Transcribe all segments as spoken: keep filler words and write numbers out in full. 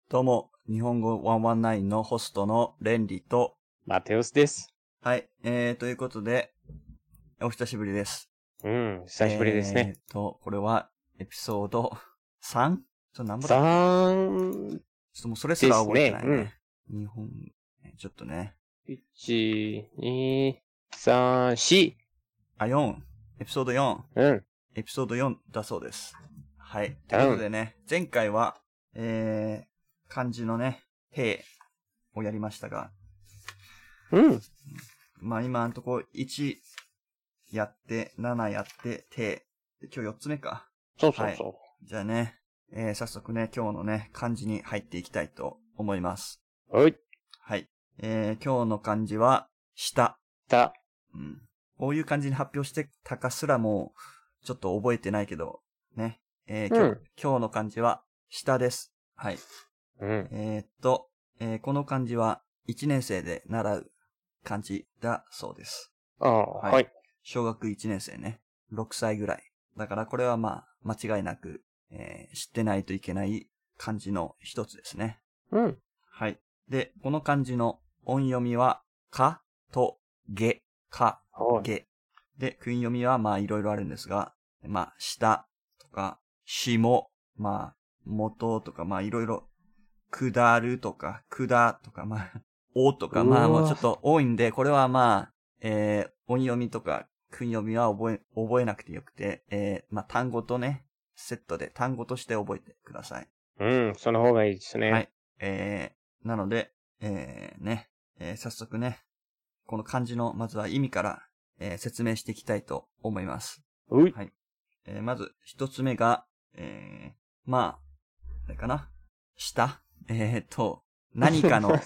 どうも、日本語ひゃくじゅうきゅうのホストのレンリと、 マテウスです。 はい、えー、ということで、お久しぶりです。 うん、久しぶりですね。 えーと、これは、エピソード さん? ちょっと何ぼだっけさんちょっともうそれすら覚えてないね。 ね。 日本、ちょっとね。 いち、に、さん、し。 あ、よん。エピソードよん。 うん。 エピソードよんだそうです。はい。ということでね、うん、前回は、えー、漢字のね、定をやりましたが、 うん。 まあ今のところいちやって、ななやって、定。今日よっつめか。 そうそうそう。 はい、じゃあね、えー、早速ね、今日のね、漢字に入っていきたいと思います。 はい。 はい。えー、今日の漢字は、下。 下。 うん。こういう漢字に発表してたかすらも、ちょっと覚えてないけど、ね。えー、今日、うん、今日の漢字は、下です。はい。 うん。 えー、っと、えー、この漢字はいちねん生で習う漢字だそうです。 ああ、はい、はい。 小学いちねん生ね。ろくさいぐらい。だからこれはまあ、間違いなく、えー、知ってないといけない漢字の一つですね。 うん。 はい。で、この漢字の音読みは、かとげ、か、げ。で、訓読みはまあいろいろあるんですが、まあ、下とか、下、まあ、元とか、まあいろいろ、下るとか、下とか、まあ、おとか、まあもうちょっと多いんで、これはまあ、えー、音読みとか、訓読みは覚え、覚えなくてよくて、えー、まあ単語とね、セットで単語として覚えてください。 うん、その方がいいですね。 はい。えー、なので、えー、ね、えー、早速ね、この漢字のまずは意味から、えー、説明していきたいと思います。 はい。 はい。えー、まず一つ目が、えー、まあ、あれかな、下えーと、何かの、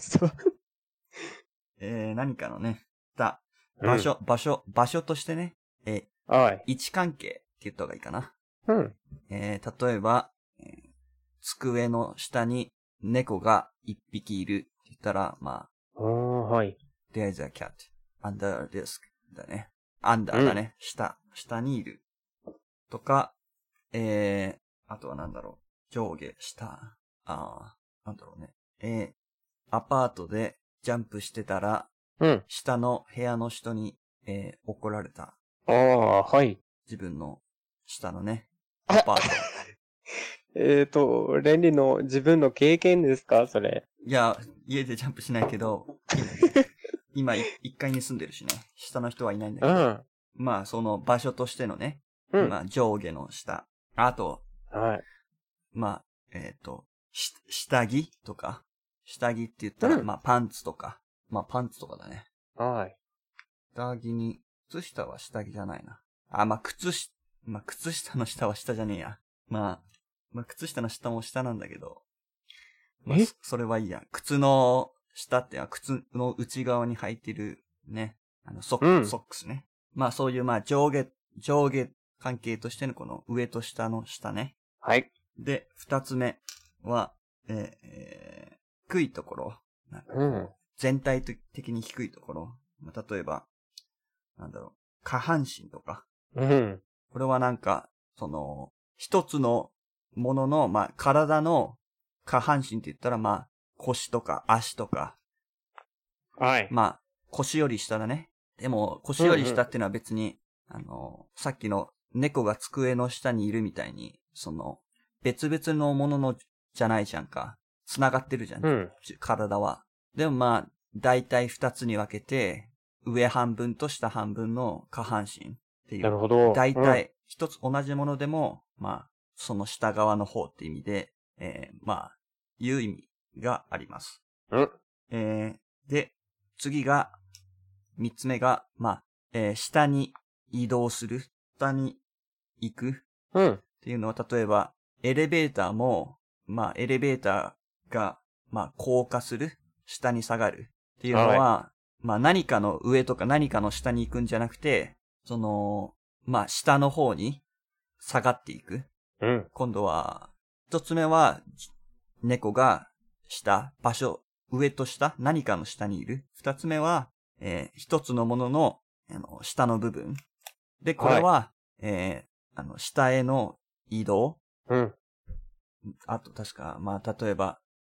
えー、何かのね、下、場所、うん、場所、場所としてね、えー、はい、位置関係って言った方がいいかな。 うん。 えー、例えば、えー、机の下に猫が一匹いるって言ったら、まあ、はい。 There's a cat under the desk だね。under だね、うん。下、下にいる。とか、えー、あとはなんだろう。上下、下。あー、なんだろうね。えー、アパートでジャンプしてたら、うん、下の部屋の人に、えー、怒られた。 ああ、はい。 自分の下のね、アパート。 えっと、レンリの自分の経験ですかそれ。 いや、家でジャンプしないけど、今、一階に住んでるしね。下の人はいないんだけど。うん、まあ、その場所としてのね。うん、まあ、上下の下。あと、はい。まあ、えっ、ー、と、下着とか。下着って言ったら、うん、まあ、パンツとか。まあ、パンツとかだね。はい。下着に、靴下は下着じゃないな。あ、まあ、靴下、まあ、靴下の下は下じゃねえや。まあ、まあ、靴下の下も下なんだけど。まあ、それはいいや。靴の下っては靴の内側に履いてるね。あの、ソック、うん、ソックスね。まあそういうまあ上下、上下関係としてのこの上と下の下ね。はい。で、二つ目は、えーえー、低いところ。うん、全体的に低いところ。まあ、例えば、なんだろう、下半身とか。うん。これはなんか、その、一つのものの、まあ体の下半身って言ったら、まあ、腰とか足とか。はい。まあ、腰より下だね。でも、腰より下っていうのは別に、うんうん、あの、さっきの猫が机の下にいるみたいに、その、別々のもののじゃないじゃんか。繋がってるじゃん。うん、体は。でもまあ、だいたい二つに分けて、上半分と下半分の下半身っていう。なるほど。だいたい一つ同じものでも、まあ、その下側の方って意味で、えー、まあ、いう意味があります。うん、えー、で、次が、三つ目が、まあ、えー、下に移動する。下に行く。うん。っていうのは、例えば、エレベーターも、まあ、エレベーターが、まあ、降下する。下に下がる。っていうのは、はい、まあ、何かの上とか何かの下に行くんじゃなくて、その、まあ、下の方に下がっていく。うん。今度は、一つ目は、猫が下、場所、上と下、何かの下にいる。二つ目は、えー、一つのものの、あの、下の部分。で、これは、はい、えー、あの、下への移動。うん。あと、確か、まあ、例えば、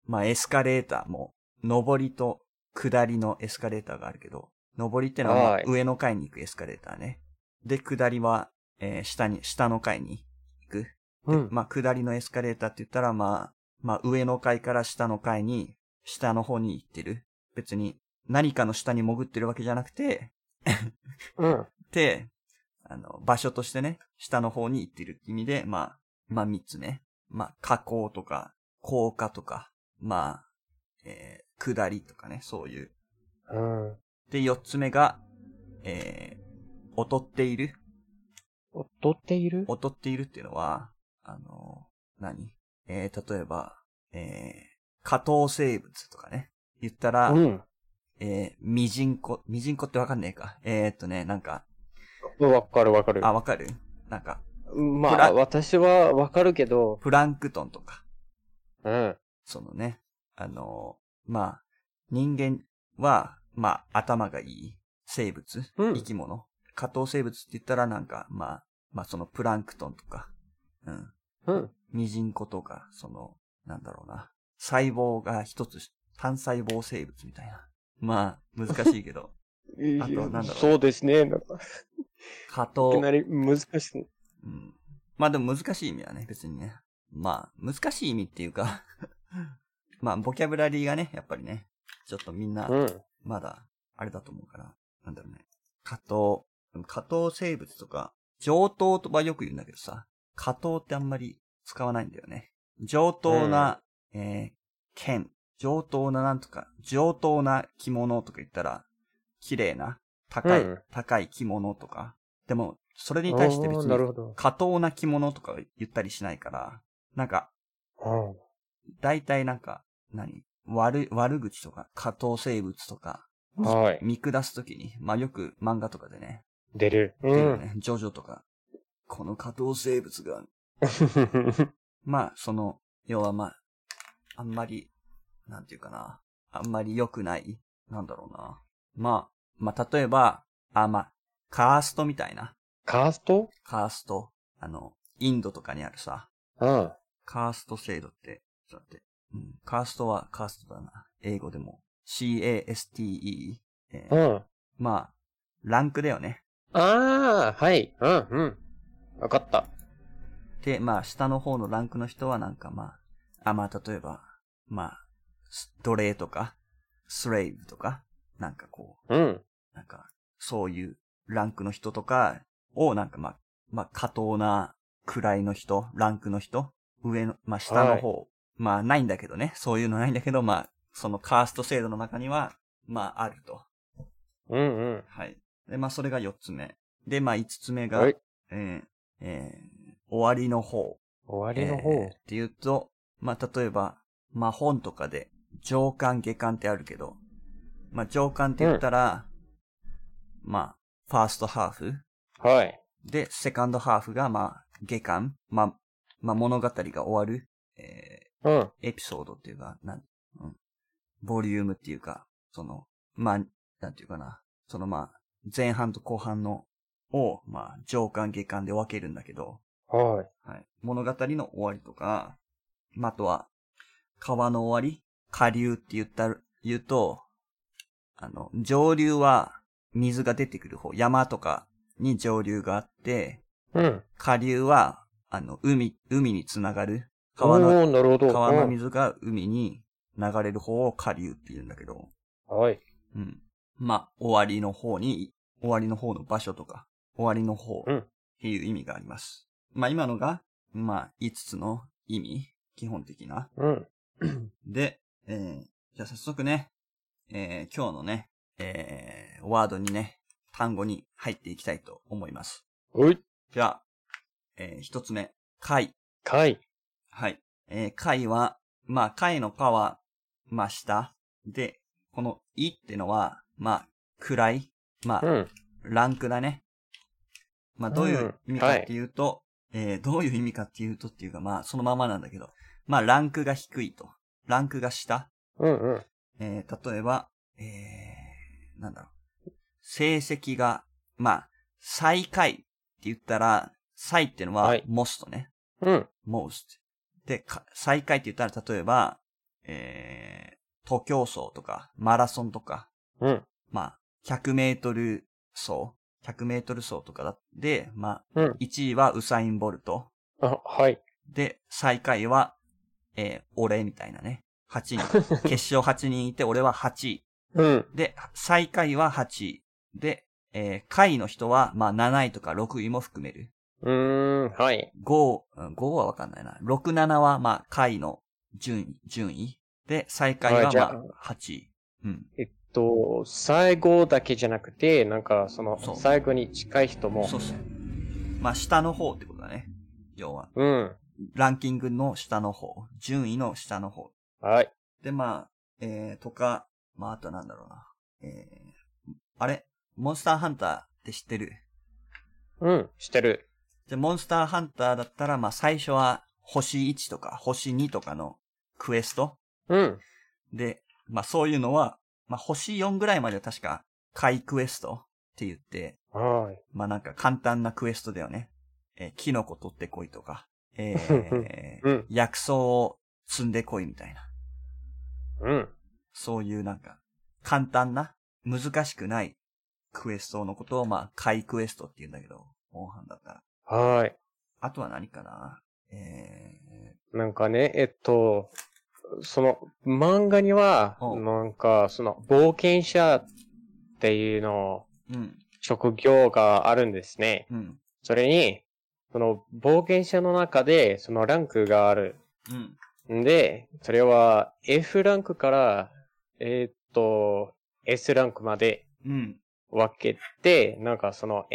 まあエスカレーターも、上りと下りのエスカレーターがあるけど、上りってのはまあ上の階に行くエスカレーターね。で、下りは、えー、下に、下の階に行く。 うん。 まあ下りのエスカレーターって言ったら、まあ、まあ上の階から下の階に、下の方に行ってる。別に何かの下に潜ってるわけじゃなくて、 うん。 で、あの、場所としてね、下の方に行ってるって意味で、まあ、まあ三つね。まあ、下降とか、降下とか、まあ、えー、下りとかね、そういう。 うん。 で、四つ目が、えー、劣っている。 劣っている？ 劣っているっていうのは、あの、何えー、例えば、えー、下等生物とかね。言ったら、 うん。 えー、ミジンコ、ミジンコってわかんねえか。えー、っとね、なんか。 わかるわかる。 あ、わかる？なんか。 まあ、私はわかるけど。 プランクトンとか。 うん。 そのね、あの、まあ、人間は、まあ、頭がいい生物、うん、生き物。下等生物って言ったらなんか、まあ、まあそのプランクトンとか、うん。 うん。 ミジンコとか、その、なんだろうな。細胞が一つ、単細胞生物みたいな。まあ、難しいけど。あと、なんだろう、ね。 そうですね。なんか下等。 いきなり難しい。 うん。まあでも難しい意味はね、別にね。まあ、難しい意味っていうかまあ、ボキャブラリーがね、やっぱりね、ちょっとみんな、まだ、あれだと思うから、うん、なんだろうね。下等、下等生物とか、上等とはよく言うんだけどさ、下等ってあんまり使わないんだよね。上等な、うん、えー、剣、上等ななんとか、上等な着物とか言ったら、綺麗な、高い、うん、高い着物とか。でも、それに対して別に、下等な着物とか言ったりしないから、なんか、大体なんか、何悪、悪口とか、下等生物とか、はい、見下すときに、まあよく漫画とかでね。 出る。 出るよね。うん、ジョジョとか。この下等生物が。まあ、その、要はまあ、あんまり、なんていうかな。あんまり良くない。なんだろうな。まあ、まあ例えば、あ、まあ、カーストみたいな。 カースト？ カースト。あの、インドとかにあるさ。 うん。 カースト制度って、ちょっと待って。うん。カーストはカーストだな。英語でも。シーエーエスティーイー。えー、うん。まあ、ランクだよね。 ああ、はい。うん、うん。わかった。 で、まあ、下の方のランクの人はなんかまあ、あ、まあ、例えば、まあ、奴隷とか、スレイブとか、なんかこう、うん。 なんか、そういうランクの人とかをなんかまあ、まあ、下等な位の人、ランクの人、上の、まあ、下の方、はい、まあ、ないんだけどね。そういうのないんだけど、まあ、そのカースト制度の中には、まあ、あると。 うんうん。 はい。で、まあ、それが四つ目。で、まあ、五つ目が、はい、えー、えー、終わりの方。 終わりの方、 えー、っていうと、まあ、例えば、まあ、本とかで、上巻下巻ってあるけど、まあ、上巻って言ったら、うん、まあ、ファーストハーフ。 はい。 で、セカンドハーフが、まあ、下巻。まあ、まあ、物語が終わる。えー、うん。エピソードっていうか、なん、うん。ボリュームっていうか、その、まあ、なんていうかな。そのまあ、前半と後半の、を、まあ、上巻下巻で分けるんだけど。 はい。 はい。物語の終わりとか、まあ、あとは、川の終わり下流って言ったら、言うと、あの、上流は水が出てくる方、山とかに上流があって、 うん。 下流は、あの、海、海につながる。川の、 なるほど。 川の水が海に流れる方を下流って言うんだけど。 はい。 うん。まあ、終わりの方に、終わりの方の場所とか、終わりの方っていう意味があります。うん、まあ、今のが、まあ、五つの意味、基本的な。 うん。 で、えー、じゃあ早速ね、えー、今日のね、えー、ワードにね、単語に入っていきたいと思います。 はい。 じゃあ、えー、一つ目、貝。 貝。 はい。えー、貝は、まあ、貝の皮は、まあ、下。で、このいってのは、まあ、位。まあ、うん、ランクだね。まあ、どういう意味かっていうと、うんはい、えー、どういう意味かっていうとっていうか、まあ、そのままなんだけど、まあ、ランクが低いと。ランクが下。 うんうん。 えー、例えば、えー、なんだろう。成績が、まあ、最下位って言ったら、最ってのは、most ね。 うん。 most。で、最下位って言ったら、例えば、 えー、徒競走とか、マラソンとか、 うん。 まあ、ひゃくメートル走、ひゃくメートル走とかだで、まあ、 うん。 いちいはウサイン・ボルト。 あ、はい。 で、最下位は、えー、俺みたいなね。はちにん。決勝はちにんいて、俺ははちい。 うん。 で、最下位ははちい。で、えー、下位の人は、まあ、なないとかろくいも含める。 うーん、はい。 ご、ごはわかんないな。ろく、ななは、まあ、下位の順位、順位。で、最下位は、まあ、はちい。うん。 えっと、最後だけじゃなくて、なんか、その、最後に近い人も。 そうそう。まあ、下の方ってことだね。要は。 うん。 ランキングの下の方。順位の下の方。 はい。 で、まあ、えー、とか、まあ、あとなんだろうな。えー、あれモンスターハンターって知ってる？ うん、知ってる。 じゃ、モンスターハンターだったら、まあ、最初は、星いちとか、星にとかのクエスト。 うん。 で、まあ、そういうのは、まあ、星よんぐらいまでは確か、怪クエストって言って、 はい。 まあ、なんか簡単なクエストだよね。えー、キノコ取ってこいとか、えー、うん、薬草を積んでこいみたいな。 うん。 そういうなんか、簡単な、難しくないクエストのことを、まあ、怪クエストって言うんだけど、モンハンだったら。はい。 あとは何かなえー、なんかね、えっと、その、漫画には、なんか、その、冒険者っていうの、うん、職業があるんですね。うん。それに、その、冒険者の中で、そのランクがある。うん。で、それは F ランクから、えー、っと、S ランクまで分けて、うん、なんかその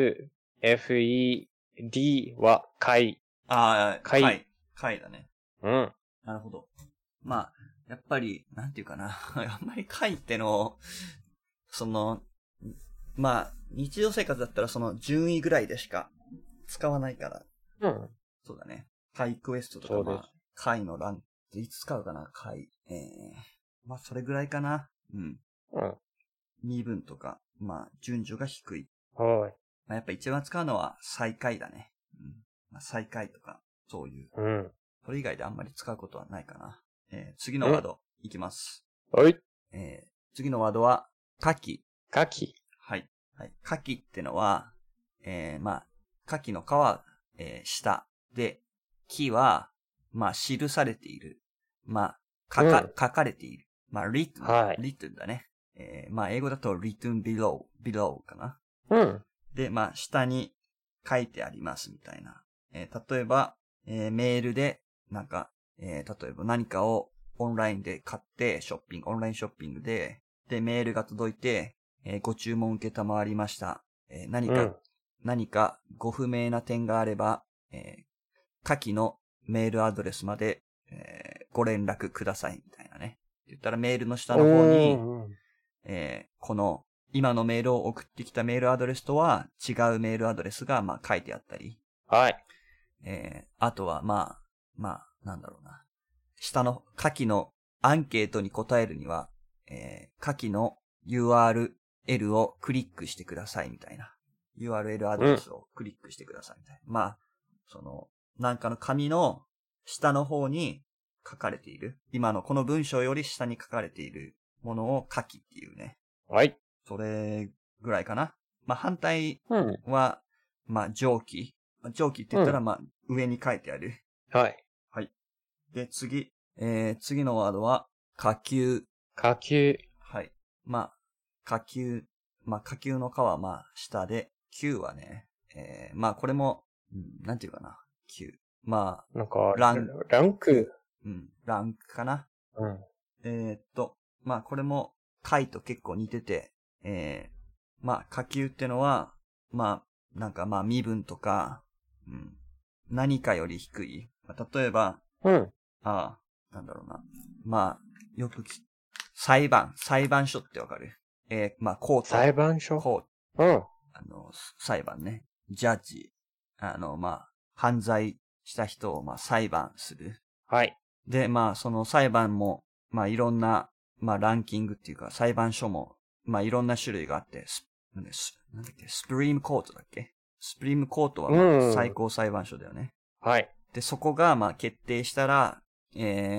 F、F、E、D は階。 ああ、階。階だね。 うん。 なるほど。まあ、やっぱり、なんていうかな。あんまり階っての、その、まあ、日常生活だったらその順位ぐらいでしか使わないから。 うん。 そうだね。階クエストとか、まあ、階のランク、いつ使うかな階。ええー、まあ、それぐらいかな。うん。うん。身分とか、まあ、順序が低い。 はい。 まあ、やっぱ一番使うのは最下位だね。うん。まあ、最下位とか、そういう。 うん。 それ以外であんまり使うことはないかな。えー、次のワード、いきます。 はい。 えー、次のワードは、牡蠣。 牡蠣。 はい。はい。牡蠣ってのは、えー、まあ、牡蠣の皮は、えー、下。で、木は、まあ、記されている。まあ、書か、うん、書かれている。まあ、written。はい。written だね。えー、まあ、英語だと written below, below かな。うん。で、まあ、下に書いてありますみたいな。えー、例えば、えー、メールで、なんか、えー、例えば何かをオンラインで買って、ショッピング、オンラインショッピングで、で、メールが届いて、えー、ご注文受けたまわりました。えー、何か、うん、何かご不明な点があれば、えー、下記のメールアドレスまで、えー、ご連絡くださいみたいなね。言ったらメールの下の方に、えー、この今のメールを送ってきたメールアドレスとは違うメールアドレスがまあ書いてあったり。 はい。 えー、あとはまあ、まあ、なんだろうな。下の下記のアンケートに答えるには、えー、下記の ユーアールエル をクリックしてくださいみたいな。ユーアールエル アドレスをクリックしてくださいみたいな。うん、まあ、その、なんかの紙の下の方に書かれている。今のこの文章より下に書かれているものを下記っていうね。 はい。 それぐらいかな。まあ反対は、うん、まあ上記。上記って言ったらまあ上に書いてある。 はい。 はい。で、次。えー、次のワードは、下級。 下級。 はい。まあ、下級。まあ下級の下はまあ下で、級はね、えー、まあこれも、うん、なんていうかな。級。まあ、なんか、ラン、ランク。 うん、ランクかな。 うん。 えー、っと、まあこれも、階と結構似てて、えー、まあ下級ってのは、まあ、なんかまあ身分とか、うん、何かより低い。まあ、例えば、 うん。 ああ、なんだろうな。まあ、よくき、裁判、裁判所ってわかる？えー、まあ、コート。 裁判所？ コート。 うん。 あの、裁判ね。ジャッジ。あの、まあ、犯罪した人を、まあ、裁判する。 はい。 で、まあ、その裁判も、まあ、いろんな、まあ、ランキングっていうか、裁判所も、まあ、いろんな種類があって、なんだっけ、スプリームコートだっけ？スプリームコートは、まあ、最高裁判所だよね。 はい。 で、そこが、まあ、決定したら、えー、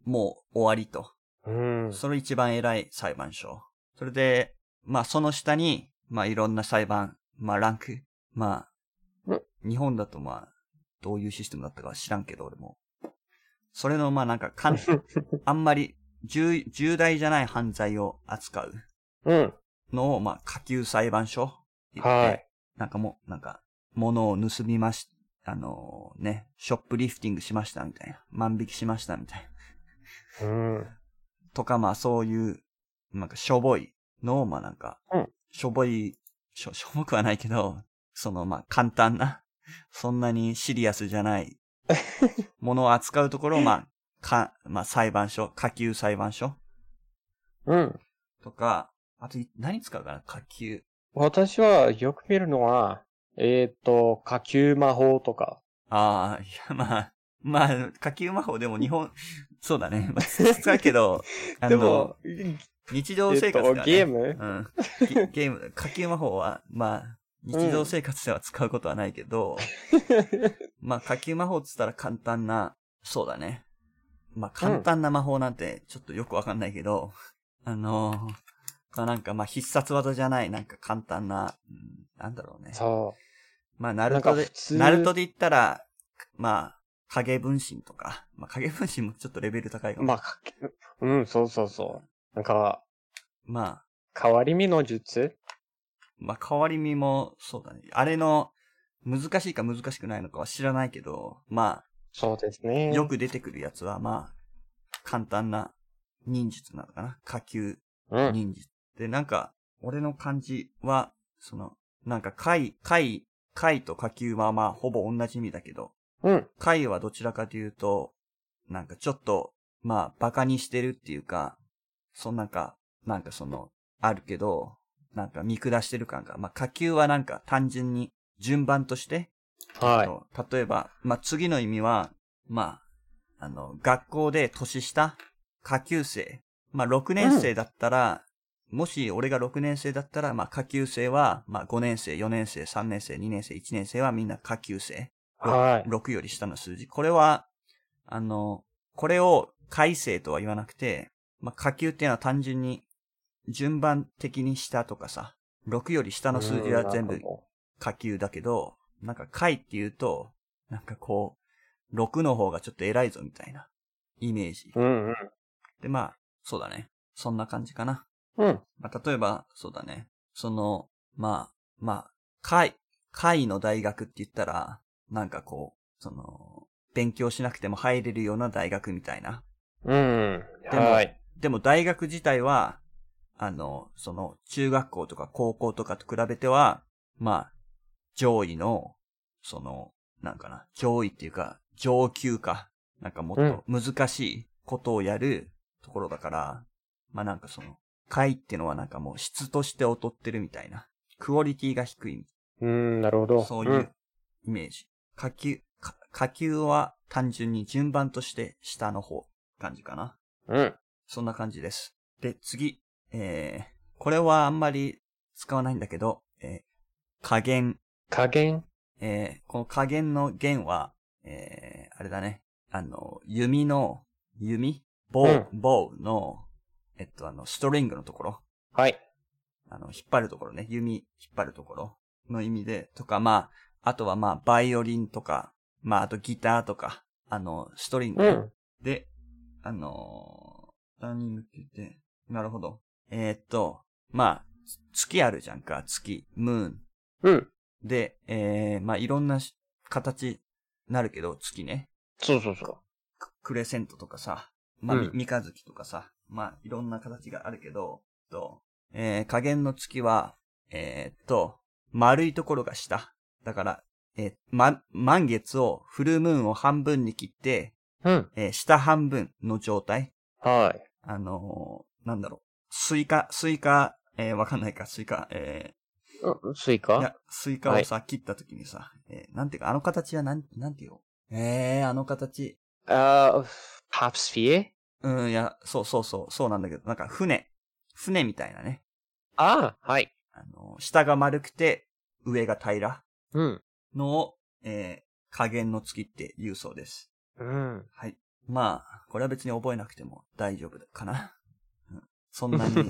もう終わりと。 うん。 それ一番偉い裁判所。それで、まあその下に、まあいろんな裁判、まあランク、まあ、日本だとまあ、どういうシステムだったか知らんけど、俺も。それのまあなんかかん、あんまり重、重大じゃない犯罪を扱うのを、まあ下級裁判所って言って、はい、なんかもう、なんか、物を盗みまし、あのー、ね、ショップリフティングしましたみたいな。万引きしましたみたいな。うん。 とかまあそういう、なんかしょぼいのをまあなんか、うん、しょぼい、しょ、しょぼくはないけど、そのまあ簡単な、そんなにシリアスじゃないものを扱うところをまあ、か、まあ裁判所、下級裁判所。 うん。 とか、あと何使うかな、下級。 私はよく見るのは、えっ、ー、と、下級魔法とか。 ああ、いやまあ、まあ、下級魔法でも日本、そうだね。まあ、使うけど、あの、でも日常生活では、ね、 えっと、ゲームうん。ゲーム、下級魔法は、まあ、日常生活では使うことはないけど、うん、まあ、下級魔法って言ったら簡単な、そうだね。まあ、簡単な魔法なんてちょっとよくわかんないけど、うん、あの、まあなんかまあ必殺技じゃない、なんか簡単な、うん、なんだろうね。 そう。 まあ、ナルトで、ナルトで言ったら、まあ、影分身とか。まあ、影分身もちょっとレベル高いかも。 まあ、うん、そうそうそう。なんか、 まあ。 変わり身の術？ まあ、変わり身も、そうだね。あれの、難しいか難しくないのかは知らないけど、まあ。 そうですね。 よく出てくるやつは、まあ、簡単な忍術なのかな。下級忍術。うん、で、なんか、俺の感じは、その、なんか、貝、貝、貝と下級はまあ、ほぼ同じ意味だけど、 うん。 貝はどちらかというと、なんかちょっと、まあ、馬鹿にしてるっていうか、そんなんか、なんかその、あるけど、なんか見下してる感が、まあ、下級はなんか単純に順番として、 はい。 例えば、まあ、次の意味は、まあ、あの、学校で年下、下級生、まあ、ろくねん生だったら、うん、もし俺がろくねん生だったら、まあ、下級生は、まあ、ごねん生、よねん生、さんねん生、にねん生、いちねん生はみんな下級生。 はい。 ろくより下の数字。これは、あの、これを下生とは言わなくて、まあ、下級っていうのは単純に順番的に下とかさ、ろくより下の数字は全部下級だけど、なんか下っていうと、なんかこう、ろくの方がちょっと偉いぞみたいなイメージ。 うんうん。 で、まあ、そうだね。そんな感じかな。 うん。 まあ、例えば、そうだね。その、まあ、まあ、下下の大学って言ったら、なんかこう、その、勉強しなくても入れるような大学みたいな。 うん。 でも、 はい。 でも大学自体は、あの、その、中学校とか高校とかと比べては、まあ、上位の、その、なんかな、上位っていうか、上級か、なんかもっと難しいことをやるところだから、うん、まあなんかその、会ってのはなんかもう質として劣ってるみたいな。クオリティが低い。 うん、なるほど。 そういうイメージ。うん、下級、下級は単純に順番として下の方、感じかな。 うん。 そんな感じです。で、次。えー、これはあんまり使わないんだけど、えー、加減。 加減えー、この加減の弦は、えー、あれだね。あの、弓の、弓ボウ、うん、ボウの、えっと、あの、ストリングのところ。 はい。 あの、引っ張るところね。弓、引っ張るところの意味で、とか、まあ、あとはまあ、バイオリンとか、まあ、あとギターとか、あの、ストリング、ね、うん、で、あのー、ターニングって言って、なるほど。えー、っと、まあ、月あるじゃんか、月、ムーン。 うん。 で、えー、まあ、いろんな形なるけど、月ね。 そうそうそう。 クレセントとかさ、まあ、うん、三日月とかさ、まあ、いろんな形があるけど、と、えー、加減の月は、えー、っと、丸いところが下。だから、えー、ま、満月を、フルムーンを半分に切って、 うん。 えー、下半分の状態。 はい。 あのー、なんだろう。スイカ、スイカ、えー、わかんないか、スイカ、えー、スイカいや、スイカをさ、はい、切った時にさ、えー、なんていうか、あの形はなん、なんていうのえー、あの形。 あー、ハープスフィエうん、いや、そうそうそう、そうなんだけど、なんか船、船みたいなね。 ああ、はい。 あの、下が丸くて、上が平ら。 うん。 のを、えー、加減の月って言うそうです。 うん。 はい。 まあ、これは別に覚えなくても大丈夫かな。うん、そんなに、うん、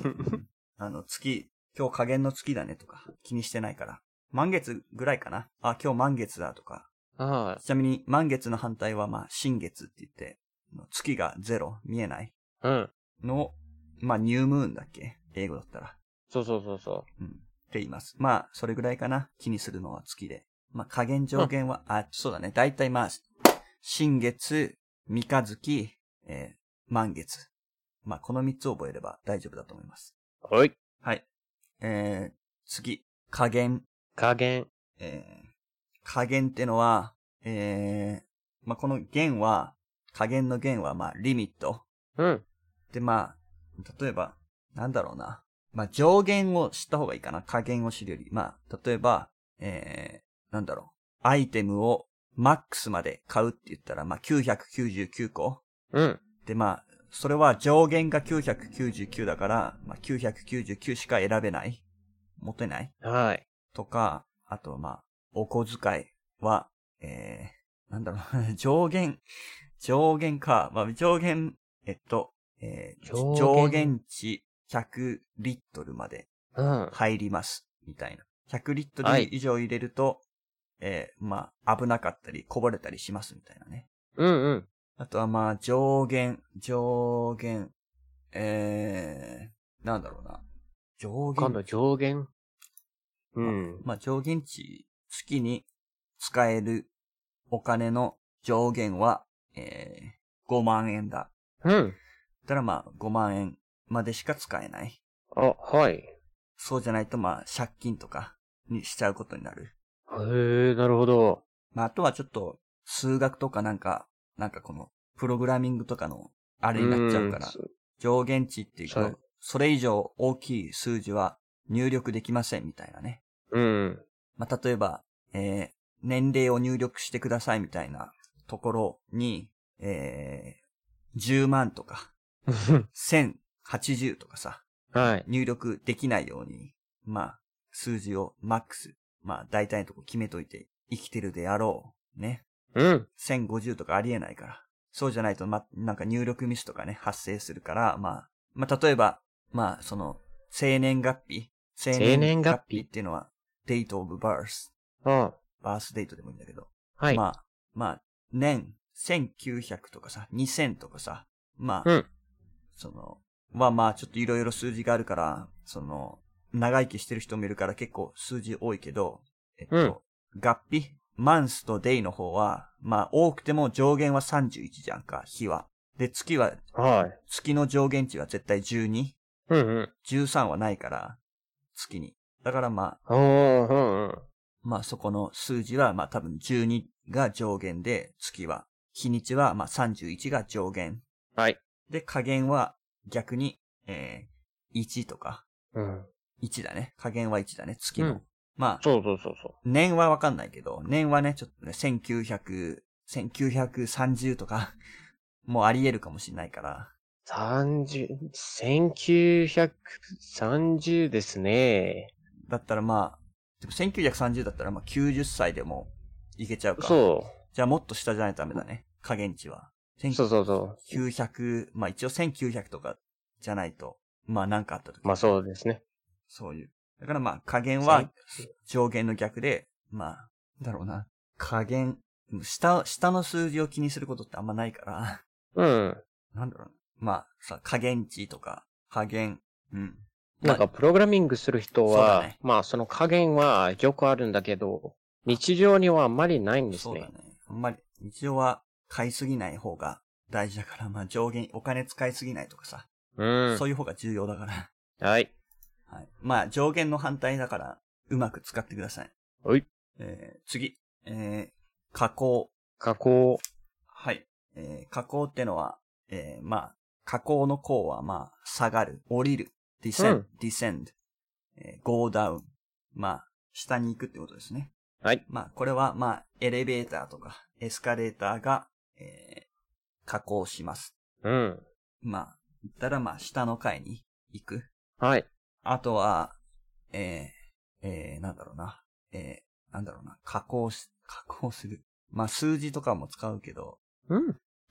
あの、月、今日下限の月だねとか気にしてないから。満月ぐらいかな。あ、今日満月だとか。 ああ。 ちなみに満月の反対はまあ、新月って言って、月がゼロ、見えない。 うん。 の、まあ、ニュームーンだっけ？英語だったら。 そうそうそうそう。 うん。って言います。まあ、それぐらいかな。気にするのは月で。まあ、下限上限は、あ、そうだね。だいたいまあ、新月、三日月、えー、満月。まあ、この三つを覚えれば大丈夫だと思います。 はい。 はい。えー、次。下限。 下限。 えー、下限ってのは、えー、まあ、この限は、下限の限は、まあ、リミット。 うん。 で、まあ、例えば、なんだろうな。まあ、上限を知った方がいいかな。下限を知るより。まあ、例えば、えー、なんだろう。アイテムをマックスまで買うって言ったら、まあ、きゅうひゃくきゅうじゅうきゅうこ。 うん。 で、まあ、それは上限がきゅうひゃくきゅうじゅうきゅうだから、まあ、きゅうひゃくきゅうじゅうきゅうしか選べない。持てない。 はい。 とか、あと、まあ、お小遣いは、えー、なんだろう。上限、上限か。まあ、上限、えっと、えー、上限上限値ひゃくリットルまで入ります。みたいな。ひゃくリットル以上入れると、はい、えー、まあ、危なかったり、こぼれたりしますみたいなね。 うんうん。 あとはまあ、上限、上限、えー、なんだろうな。上限。 今度上限。 うん。まあ、まあ、上限値、月に使えるお金の上限は、えー、ごまんえんだ。 うん。 たらまあ、ごまんえんまでしか使えない。 あ、はい。 そうじゃないとまあ、借金とかにしちゃうことになる。 へえ、なるほど。 まあ、あとはちょっと、数学とかなんか、なんかこの、プログラミングとかの、あれになっちゃうから、上限値っていうと、それ以上大きい数字は入力できませんみたいなね。 うん。 まあ、例えば、えー、年齢を入力してくださいみたいなところに、えー、じゅうまんとか、せんはちじゅうとかさ、 はい。 入力できないように、まあ、数字をマックス、まあ、大体のとこ決めといて生きてるであろう。ね。 うん。 せんごじゅうとかありえないから。そうじゃないと、ま、なんか入力ミスとかね、発生するから、まあ、まあ、例えば、まあ、その、生年月日。 生年月日っていうのは、date of birth。 ああ。 バースデートでもいいんだけど。 はい。 まあ、まあ、年、せんきゅうひゃくとかさ、にせんとかさ、まあ、 うん。その、まあまあ、ちょっといろいろ数字があるから、その、長生きしてる人もいるから結構数字多いけど、えっと、うん、月日、マンスとデイの方は、まあ多くても上限はさんじゅういちじゃんか、日は。で、月は、 はい。 月の上限値は絶対じゅうに。 うんうん。 じゅうさんはないから、月に。だからまあ、うんうん。 まあそこの数字はまあ多分じゅうにが上限で、月は、日にちはまあさんじゅういちが上限。 はい。 で、下限は逆に、えー、いちとか。 うん。 いちだね。下限はいちだね、月の。うん、まあ。 そうそうそうそう。 年はわかんないけど、年はね、ちょっとね、せんきゅうひゃく、せんきゅうひゃくさんじゅうとか、もうあり得るかもしれないから。 さんじゅう、せんきゅうひゃくさんじゅうですね。 だったらまあ、でもせんきゅうひゃくさんじゅうだったらまあきゅうじゅっさいでもいけちゃうか。 そう。 じゃあもっと下じゃないとダメだね。下限値は。 そうそうそう。 きゅうひゃく、まあ一応せんきゅうひゃくとかじゃないと、まあなんかあった時。 まあそうですね。 そういう。だからまあ下限は上限の逆で、まあ、だろうな。下限、下、下の数字を気にすることってあんまないから。 うん。 なんだろうな。まあさ、下限値とか、下限、うん。 なんかプログラミングする人は、ね、まあその加減はよくあるんだけど、日常にはあんまりないんですね。 そうだね。あんまり、日常は買いすぎない方が大事だから、まあ上限、お金使いすぎないとかさ。 うん。 そういう方が重要だから。 はい。 はい。まあ上限の反対だから、うまく使ってください。 はい。 えー、次。えー、加工。 加工。 はい。えー、加工ってのは、えー、まあ、加工の項はまあ、下がる、降りる。descend、うん、descend、えー、go down。まあ、下に行くってことですね。 はい。 まあ、これはまあ、エレベーターとか、エスカレーターが、えー、加工します。 うん。 まあ、言ったらまあ、下の階に行く。 はい。 あとは、えー、えー、なんだろうな。えー、なんだろうな。加工し、加工する。まあ、数字とかも使うけど、 うん。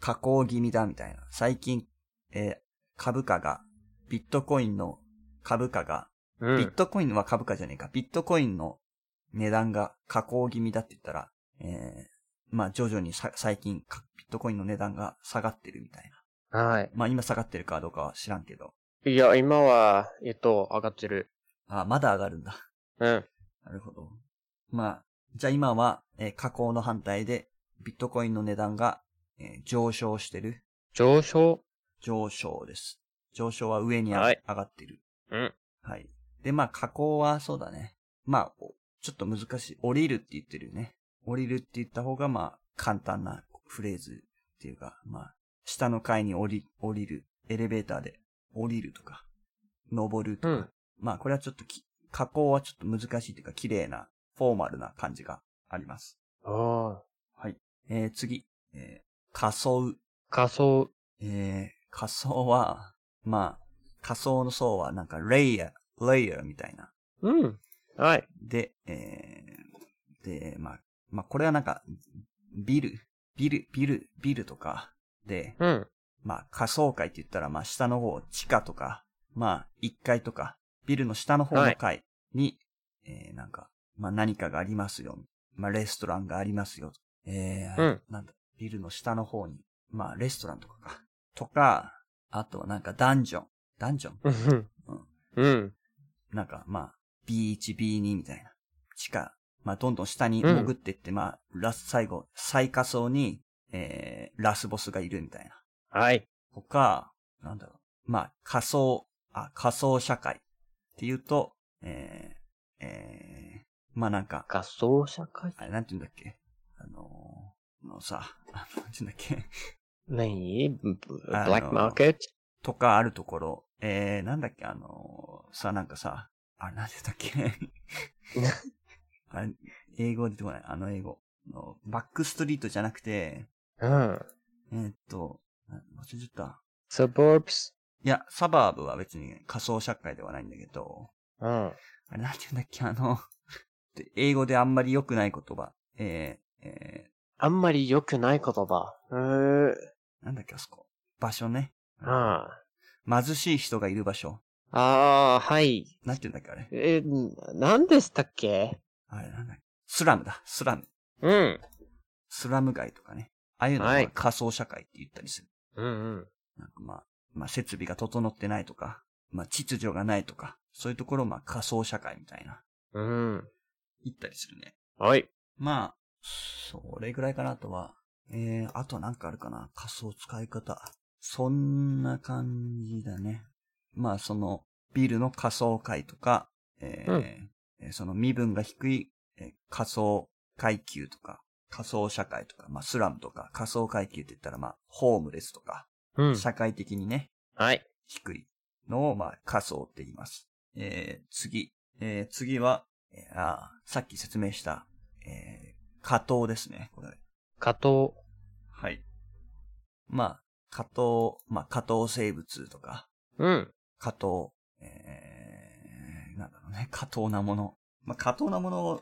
下降気味だみたいな。最近、えー、株価が、ビットコインの株価が、うん、ビットコインは株価じゃねえか。ビットコインの値段が下降気味だって言ったら、えー、まあ徐々にさ最近、ビットコインの値段が下がってるみたいな。はい。 まあ今下がってるかどうかは知らんけど。 いや、今は、えっと、上がってる。 あ、まだ上がるんだ。 うん。 なるほど。まあ、じゃあ今は、えー、下降の反対で、ビットコインの値段が、えー、上昇してる。 上昇上昇です。上昇は上に、はい、上がってる。 うん。 はい。で、まあ、下降はそうだね。まあ、ちょっと難しい。降りるって言ってるよね。降りるって言った方が、まあ、簡単なフレーズっていうか、まあ、下の階に降り、降りる。エレベーターで降りるとか、登るとか。うん、まあ、これはちょっとき、下降はちょっと難しいというか、綺麗な、フォーマルな感じがあります。 ああ。 はい。えー、次。えー、仮想。 仮想。 えー、仮想は、まあ、仮想の層はなんか、レイヤー、レイヤーみたいな。 うん。はい。 で、えー、で、まあ、まあ、これはなんか、ビル、ビル、ビル、ビルとかで、 うん。 まあ、下層階って言ったら、まあ、下の方、地下とか、まあ、いっかいとか、ビルの下の方の階に、はい、えー、なんか、まあ、何かがありますよ。まあ、レストランがありますよ。えー、うん、なんだ、ビルの下の方に、まあ、レストランとかか。とか、あとはなんかダンジョン。ダンジョンうん。 うん。 なんか、まあ、ビーワン、ビーツー みたいな。地下、まあ、どんどん下に潜っていって、うん、まあ、ラス、最後、最下層に、えー、ラスボスがいるみたいな。 はい。 とか、なんだろう。まあ、仮想、あ、仮想社会っていうと、えー、えー、まあなんか。 仮想社会あれ、なんて言うんだっけあのー、のさ、あの、なんて言うんだっけ何ブラックマーケットとかあるところ、えー、なんだっけあのー、さ、なんかさ、あれ、なんて言ったっけあれ、英語出てこない。あの英語の。バックストリートじゃなくて、 うん。 えー、っと、忘れちゃった。 サバーブスいや、サバーブは別に仮想社会ではないんだけど、 うん。あれ、なんて言うんだっけあの、英語であんまり良くない言葉。えー、えー、 あんまり良くない言葉。へー。 なんだっけあそこ。場所ね。 ああ。貧しい人がいる場所。 ああ、はい。 なんて言うんだっけあれ。 えー、なんでしたっけあれなんだっけスラムだ。スラム。 うん。 スラム街とかね。ああいうのは仮想社会って言ったりする。 うんうん。 なんかまあ、まあ設備が整ってないとか、まあ秩序がないとか、そういうところをまあ仮想社会みたいな。 うん。 言ったりするね。 はい。 まあ、それぐらいかなとは。えー、あとなんかあるかな仮想使い方。そんな感じだね。まあその、ビルの仮想階とか、えーうん、その身分が低い、えー、仮想階級とか、仮想社会とか、まあスラムとか、仮想階級って言ったらまあ、ホームレスとか、うん、社会的にね、 はい。 低いのをまあ仮想って言います。えー、次、えー、次は、えー、あさっき説明した、えー、下等ですね、これ。 下等。 はい。まあ、下等、まあ、下等生物とか。 うん。 下等、えー、なんだろうね、下等なもの。まあ、下等なもの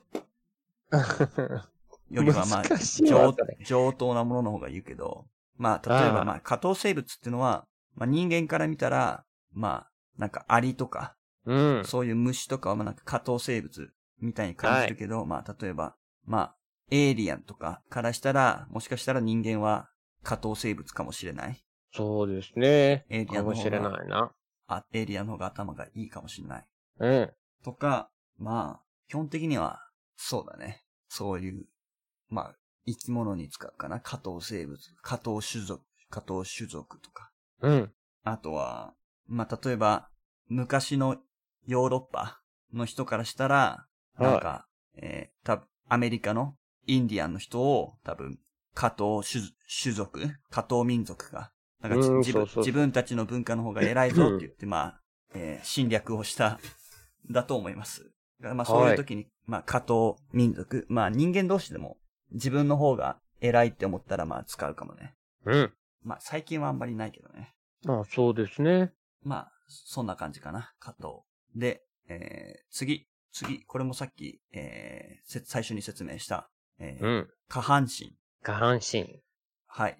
よりは、まあ、上、上等なものの方が言うけど、まあ、例えば、まあ、下等生物っていうのは、まあ、人間から見たら、まあ、なんかアリとか、 うん、 そういう虫とかは、まあ、なんか下等生物みたいに感じるけど、はい、まあ、例えば、まあ、エイリアンとかからしたら、もしかしたら人間は下等生物かもしれない。 そうですね。 エイリアンの方が。かもしれないな。 あ、エイリアンの方が頭がいいかもしれない。 うん。 とか、まあ、基本的には、そうだね。そういう、まあ、生き物に使うかな。下等生物、下等種族、下等種族とか。 うん。 あとは、まあ、例えば、昔のヨーロッパの人からしたら、なんか、はい、えー、たぶん、アメリカのインディアンの人を多分、下等種、種族下等民族が、なんか自分、自分たちの文化の方が偉いぞって言って、まあ、えー、侵略をした、だと思います。まあそういう時に、はい、まあ下等民族、まあ人間同士でも自分の方が偉いって思ったらまあ使うかもね。 うん。 まあ最近はあんまりないけどね。 ああ、そうですね。 まあ、そんな感じかな、下等。で、えー、次、次、これもさっき、えー、最初に説明した、えー、うん、下半身。 下半身。 はい。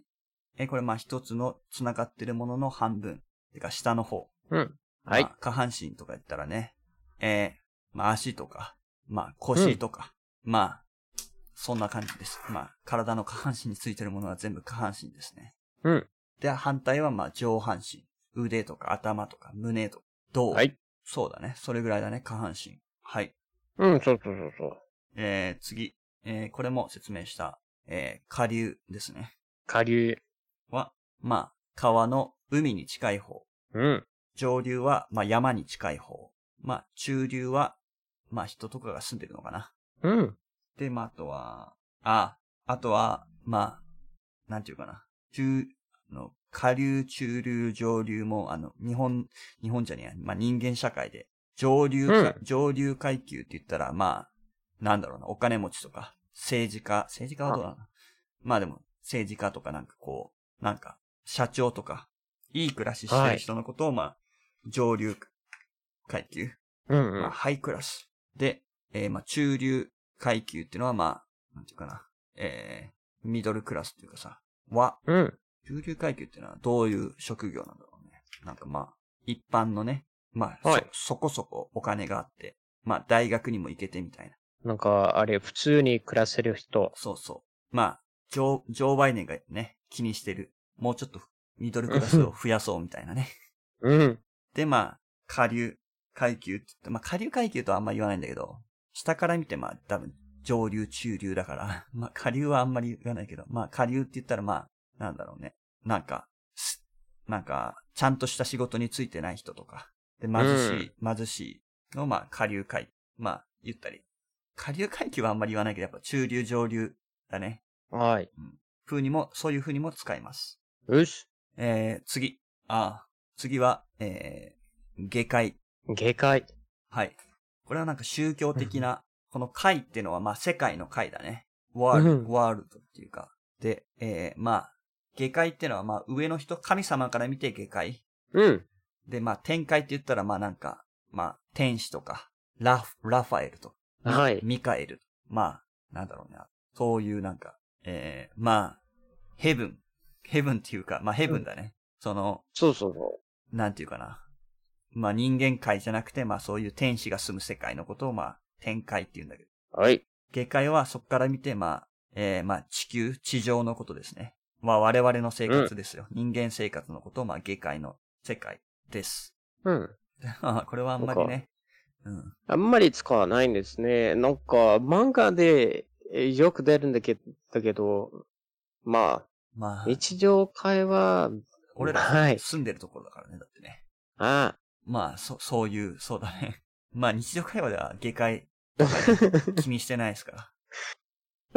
えー、これまあ一つの繋がってるものの半分。てか下の方。 うん。はい。 まあ、下半身とか言ったらね、えー、まあ足とか、まあ腰とか、うん、まあ、そんな感じです。まあ、体の下半身についてるものは全部下半身ですね。 うん。 で、反対はまあ上半身。腕とか頭とか胸とか、胴。 はい。 そうだね。それぐらいだね、下半身。はい。 うん、そうそうそうそう。 えー、次。えー、これも説明した、えー、下流ですね。 下流は、まあ、川の海に近い方。 うん。 上流は、まあ山に近い方。まあ、中流は、まあ人とかが住んでるのかな。 うん。 で、まあ、あとは、あ、あとは、まあ、なんていうかな。中、の、下流、中流、上流も、あの、日本、日本じゃねえや、まあ人間社会で、上流か、うん、上流階級って言ったら、まあ、なんだろうな、お金持ちとか、政治家、政治家はどうなの？まあでも、政治家とかなんかこう、なんか、社長とか、いい暮らししてる人のことを、まあ、上流階級。 うんうん。 まあ、ハイクラス。で、えー、まあ、中流階級っていうのは、まあ、なんていうかな、えー、ミドルクラスっていうかさ、は、 うん。 中流階級っていうのはどういう職業なんだろうね。なんかまあ、一般のね、まあ、 はい、 そ、そこそこお金があって、まあ、大学にも行けてみたいな。 なんか、あれ、普通に暮らせる人。 そうそう。まあ、ジョー、ジョーバイデンがね、気にしてる。もうちょっとミドルクラスを増やそうみたいなね。 うん。 で、まあ、下流階級って言って、まあ、下流階級とはあんま言わないんだけど、下から見てまあ、多分、上流、中流だから、まあ、下流はあんまり言わないけど、まあ、下流って言ったらまあ、なんだろうね。なんか、なんか、ちゃんとした仕事についてない人とか、で、貧しい、うん、貧しいの、まあ、下流階級。まあ、言ったり。下流階級はあんまり言わないけど、やっぱ中流、上流だね。 はい。 うん。風にも、そういう風にも使います。 よし。 えー、次。ああ、次は、えー、下界。 下界。 はい。これはなんか宗教的な、この界っていうのはまあ世界の界だね。ワールド、うん、ワールドっていうか。で、えー、まあ、下界っていうのはまあ上の人、神様から見て下界。 うん。 で、まあ天界って言ったらまあなんか、まあ天使とか、ラフ、ラファエルとか、 はい。 ミカエル。まあ、なんだろうな。そういうなんか、えー、まあ、ヘブン。ヘブンっていうか、まあヘブンだね。うん、その、 そうそうそう。 なんていうかな。まあ人間界じゃなくて、まあそういう天使が住む世界のことをまあ天界って言うんだけど。 はい。 下界はそこから見て、まあ、えー、まあ地球、地上のことですね。まあ我々の生活ですよ。うん、人間生活のことをまあ下界の世界です。 うん。 これはあんまりね。 うん。あんまり使わないんですね。なんか漫画でよく出るんだけど、だけどまあ、まあ、日常会話、 俺ら住んでるところだからね、だってね。 ああ。 まあ、そ、そういう、そうだね。まあ、日常会話では下界、気にしてないですから。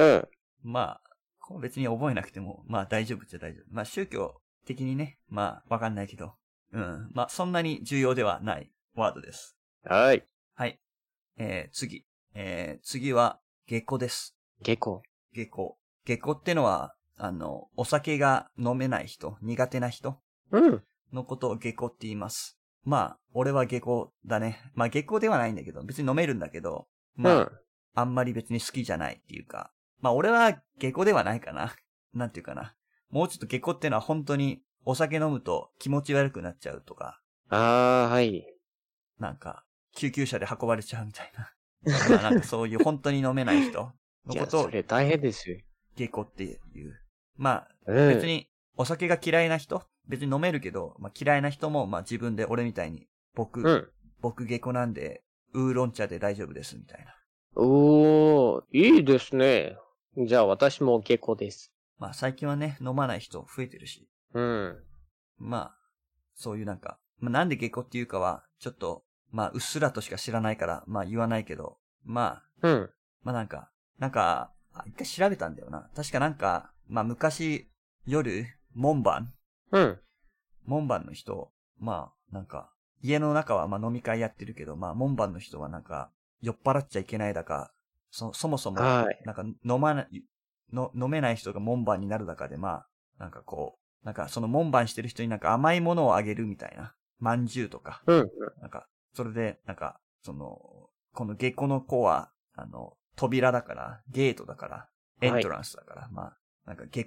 うん。まあ、別に覚えなくても、まあ大丈夫っちゃ大丈夫。まあ宗教的にね、まあわかんないけど、うん。まあそんなに重要ではないワードです。 はい。 はい。えー、次。えー、次は、下戸です。 下戸。 下戸。下戸ってのは、あの、お酒が飲めない人、苦手な人。 うん。 のことを下戸って言います。まあ、俺は下戸だね。まあ下戸ではないんだけど、別に飲めるんだけど、まあ、うん、あんまり別に好きじゃないっていうか、まあ俺は下戸ではないかな。なんていうかな。もうちょっと下戸ってのは本当にお酒飲むと気持ち悪くなっちゃうとか。 ああ、はい。 なんか、救急車で運ばれちゃうみたいな。まあなんかそういう本当に飲めない人のことを。 それ大変ですよ。 下戸っていう。まあ、うん、別にお酒が嫌いな人別に飲めるけど、まあ嫌いな人もまあ自分で俺みたいに僕、うん、僕下戸なんでウーロン茶で大丈夫ですみたいな。 おー、いいですね。じゃあ私も下戸です。 まあ最近はね、飲まない人増えてるし。 うん。 まあ、そういうなんか、まあなんで下戸っていうかは、ちょっと、まあうっすらとしか知らないから、まあ言わないけど、まあ、うん。 まあなんか、なんか、一回調べたんだよな。確かなんか、まあ昔、夜、門番うん。 門番の人、まあ、なんか、家の中はまあ飲み会やってるけど、まあ門番の人はなんか、酔っ払っちゃいけないだか、そ、そもそも、なんか飲まない、の、飲めない人が門番になるだかで、まあ、なんかこう、なんかその門番してる人になんか甘いものをあげるみたいな。まんじゅうとか。 うん。 なんか、それで、なんか、その、この下戸の子は、あの、扉だから、ゲートだから、エントランスだから、はい、まあ、なんか下戸、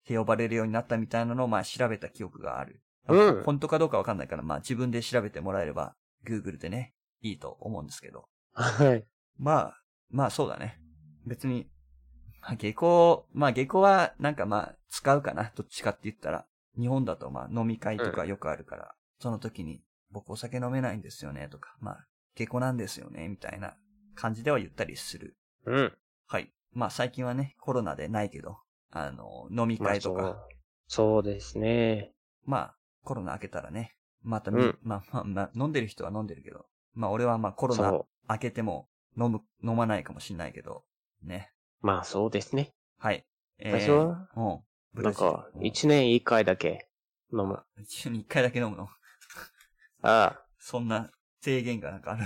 って呼ばれるようになったみたいなのをまあ調べた記憶がある。 うん。 本当かどうかわかんないから、まあ自分で調べてもらえれば、Google でね、いいと思うんですけど。 はい。 まあ、まあそうだね。別に、まあ下校、まあ下校はなんかまあ使うかな。どっちかって言ったら。日本だとまあ飲み会とかよくあるから、うん、その時に僕お酒飲めないんですよねとか、まあ下校なんですよねみたいな感じでは言ったりする。 うん。 はい。まあ最近はね、コロナでないけど、あの、飲み会とか。まあ、 そう、そうですね。 まあ、コロナ明けたらね、またみ、うん、まあまあまあ、飲んでる人は飲んでるけど、まあ俺はまあコロナ明けても飲む、飲まないかもしんないけど、ね。 まあそうですね。 はい。 えー、私は、うん。なんか、一年一回だけ飲む。 一年一回だけ飲むのああ。 そんな制限がなんかある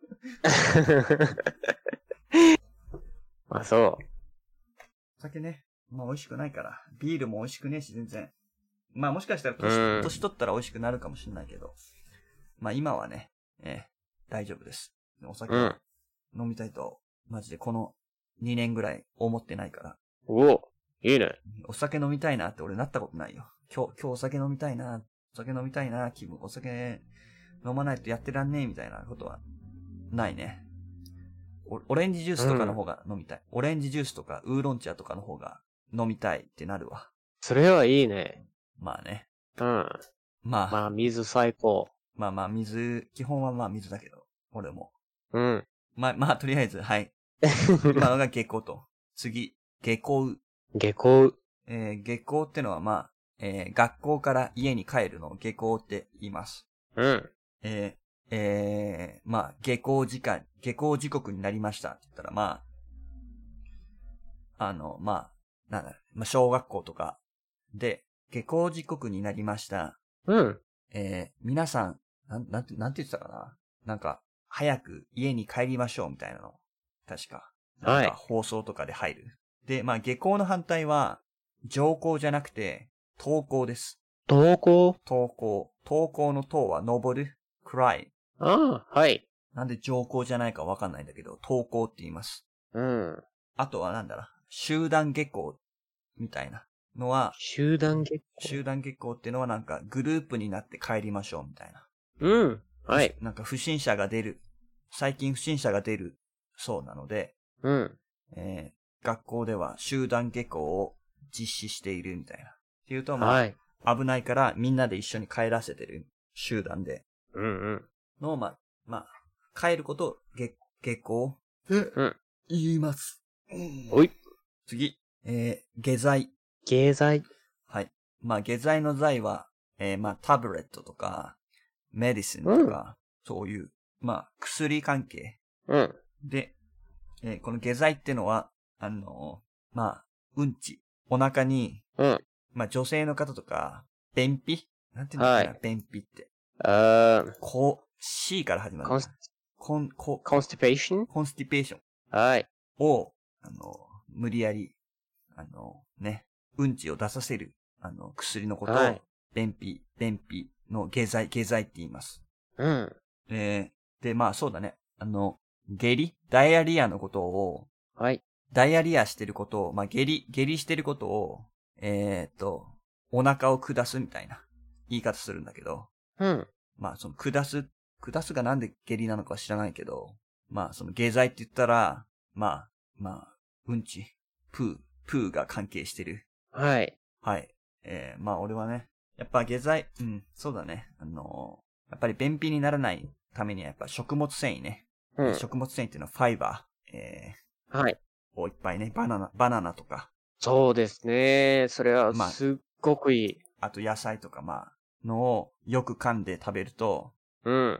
まあそう。 お酒ね、まあ美味しくないから。ビールも美味しくねえし、全然。まあもしかしたら年、年取ったら美味しくなるかもしれないけど。まあ今はね、えー、大丈夫です。お酒は飲みたいと、マジでこのにねんぐらい思ってないから。 おお、いいね。 お酒飲みたいなって俺なったことないよ。今日、今日お酒飲みたいな、お酒飲みたいな、気分、お酒飲まないとやってらんねえみたいなことはないね。オレンジジュースとかの方が飲みたい、うん。オレンジジュースとかウーロン茶とかの方が飲みたいってなるわ。 それはいいね。 まあね。 うん。まあ。まあ水最高。 まあまあ水、基本はまあ水だけど、俺も。 うん。 まあまあとりあえず、はい。今のが下校と。次、下校。 下校。 えー、下校ってのはまあ、えー、学校から家に帰るのを下校って言います。 うん。 えー、えー、まあ、下校時間、下校時刻になりましたって言ったら、まあ、あの、まあ、なんだ、まあ、小学校とかで、下校時刻になりました。 うん。 えー、皆さん、なん、なんて、なんて言ってたかななんか、早く家に帰りましょうみたいなの。確か。なんか放送とかで入る。はい、で、まあ、下校の反対は、上校じゃなくて、登校です。 登校登校。登校の登は登る。cry。 ああ、はい。 なんで上校じゃないかわかんないんだけど、登校って言います。 うん。 あとはなんだろう、集団下校みたいなのは、 集団下校集団下校っていうのはなんかグループになって帰りましょうみたいな。 うん。はい。 なんか不審者が出る。最近不審者が出るそうなので、 うん。 えー、学校では集団下校を実施しているみたいな。っていうとまあ、はい、危ないからみんなで一緒に帰らせてる集団で。 うんうん。 の、まあ、まあ、帰ることを下、下校で、うん、 言います。 おい。 次、えー、下剤。 下剤。 はい。まあ、下剤の剤は、えー、まあ、タブレットとか、メディシンとか、うん、そういう、まあ、薬関係。 うん。 で、えー、この下剤ってのは、あのー、まあ、うんち。お腹に、 うん。 まあ、女性の方とか、便秘なんていうのかな、はい、便秘って。 あー。 こう、C から始まる。 コンス、 コン、コ、 コンスティペーションコンスティペーション。 はい。 を、あの、無理やり、あの、ね、うんちを出させる、あの、薬のことを、はい、便秘、便秘の下剤、下剤って言います。 うん。 えー、で、まあそうだね。あの、下痢ダイアリアのことを、 はい。 ダイアリアしてることを、まあ下痢、下痢してることを、えーっと、お腹を下すみたいな言い方するんだけど、 うん。 まあその下す、下すがなんで下痢なのか知らないけど、まあその下剤って言ったら、まあ、まあ、うんち、プー、プーが関係してる。 はい。 はい。えー、まあ俺はね、やっぱ下剤、うん、そうだね。あのー、やっぱり便秘にならないためにはやっぱ食物繊維ね。うん、食物繊維っていうのはファイバー、えー、はい。 をいっぱいね、バナナ、バナナとか。 そうですね。それはすっごくいい。 まあ、あと野菜とかまあ、のをよく噛んで食べると、 うん。うん 。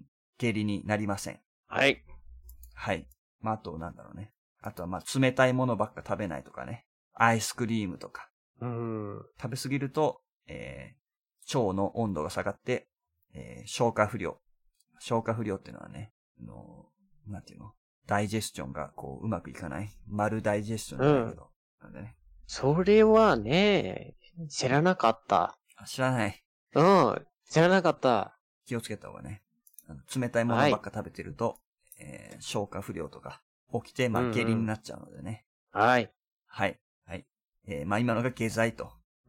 下痢になりません。 はい。 はい。まあ、あとなんだろうね。あとはまあ、冷たいものばっか食べないとかね。アイスクリームとか。 うん。 食べ過ぎると、えー、腸の温度が下がって、えー、消化不良。消化不良っていうのはね、あの、なんていうのダイジェスチョンがこう、うまくいかない。マルダイジェスチョンじゃないけど。うん、なんでね。 それはね、知らなかった。 知らない。 うん、知らなかった。 気をつけた方がね。あの冷たいものばっか食べてると、はい、えー、消化不良とか起きて、まあ、下痢になっちゃうのでね。 うんうん、はい。 はい。はい。えー、まあ、今のが下剤と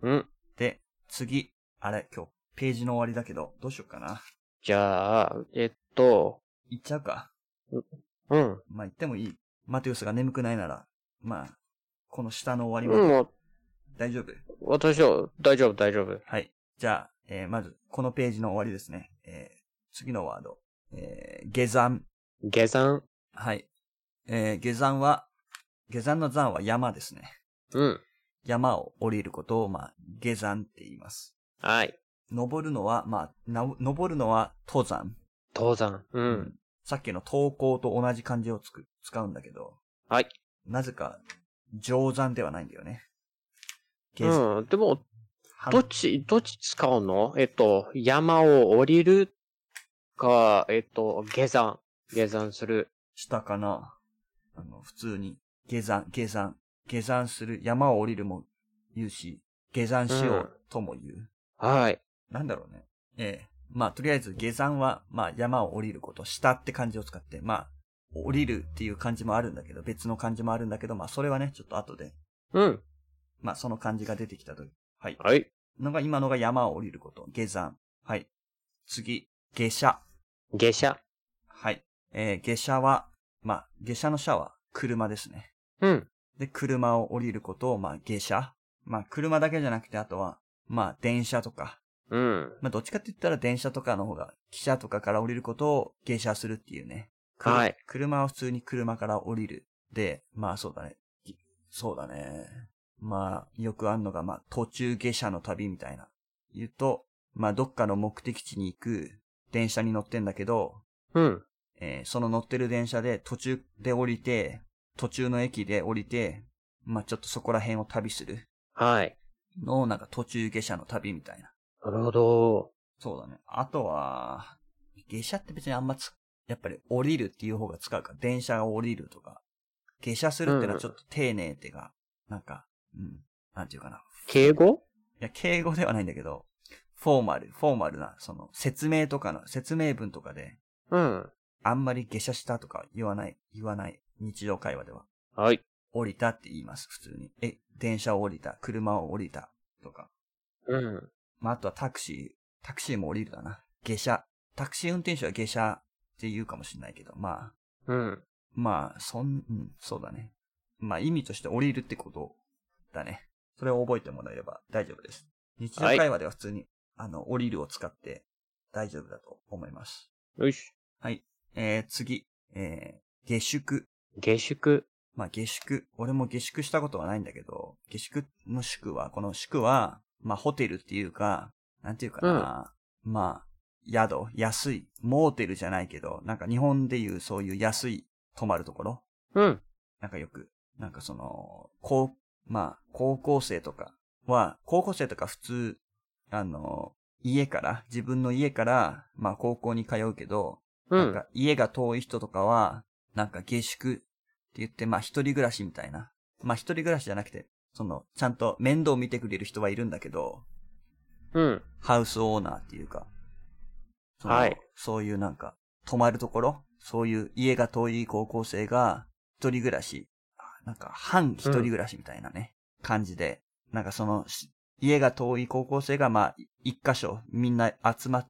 うん。 で、次、あれ、今日、ページの終わりだけど、どうしようかな。 じゃあ、えっと。 行っちゃうか。 うん。 まあ、行ってもいい。マテウスが眠くないなら、まあ、この下の終わりまで。うん、大丈夫？ 私は、大丈夫、大丈夫。 はい。じゃあ、えー、まず、このページの終わりですね。えー、次のワード。えー、下山。 下山。 はい。えー、下山は、下山の山は山ですね。 うん。 山を降りることを、まあ、下山って言います。 はい。 登るのは、まあ、な、登るのは登山。 登山。うん。うん、 さっきの登校と同じ漢字をつく、使うんだけど。 はい。 なぜか、上山ではないんだよね。 うん。でも、どっち、どっち使うの？えっと、山を降りるか、えっと、下山。下山する。 下かな。あの、普通に、下山、下山、下山する、山を降りるも言うし、下山しようとも言う。 うん、はい。 なんだろうね。ええ。まあ、とりあえず下山は、まあ、山を降りること、下って漢字を使って、まあ、降りるっていう漢字もあるんだけど、別の漢字もあるんだけど、まあ、それはね、ちょっと後で。 うん。 まあ、その漢字が出てきたとき。はい。 はい。 のが、今のが山を降りること、下山。はい。次、下車。 下車。 はい。えー、下車は、まあ、下車の車は車ですね。 うん。 で、車を降りることを、まあ、下車。まあ、車だけじゃなくて、あとは、まあ、電車とか。 うん。 まあ、どっちかって言ったら電車とかの方が、汽車とかから降りることを下車するっていうね。 はい。 車は普通に車から降りる。で、まあ、そうだね。そうだね。まあ、よくあんのが、まあ、途中下車の旅みたいな。言うと、まあ、どっかの目的地に行く電車に乗ってんだけど、 うん。 えー、その乗ってる電車で途中で降りて、途中の駅で降りて、まあ、ちょっとそこら辺を旅する。 はい。 の、なんか途中下車の旅みたいな。 なるほど。 そうだね。あとは、下車って別にあんまつ、やっぱり降りるっていう方が使うから、電車が降りるとか、下車するってのはちょっと丁寧ってか、うん、なんか、うん、なんていうかな。 敬語？ いや、敬語ではないんだけど、フォーマル、フォーマルな、その、説明とかの、説明文とかで、 うん。 あんまり下車したとか言わない、言わない、日常会話では。 はい。 降りたって言います、普通に。え、電車を降りた、車を降りた、とか。 うん。 まあ、あとはタクシー、タクシーも降りるだな。下車。タクシー運転手は下車って言うかもしれないけど、まあ。 うん。 まあ、そん、うん、そうだね。まあ、意味として降りるってことだね。それを覚えてもらえれば大丈夫です。日常会話では普通に、はい、あの、降りるを使って大丈夫だと思います。 よし。 はい。えー、次。えー、下宿。 下宿。 まあ、下宿。俺も下宿したことはないんだけど、下宿の宿は、この宿は、まあ、ホテルっていうか、なんていうかな、うん、まあ、宿、安い、モーテルじゃないけど、なんか日本でいうそういう安い泊まるところ。 うん。 なんかよく、なんかその、高、まあ、高校生とかは、高校生とか普通、あの、家から、自分の家から、まあ高校に通うけど、うん、なんか家が遠い人とかは、なんか下宿って言って、まあ一人暮らしみたいな。まあ一人暮らしじゃなくて、その、ちゃんと面倒見てくれる人はいるんだけど、 うん。 ハウスオーナーっていうか、 はい。 そういうなんか、泊まるところ、そういう家が遠い高校生が、一人暮らし、なんか、半一人暮らしみたいなね、うん、感じで、なんかその、家が遠い高校生が、まあ、一箇所、みんな集まって、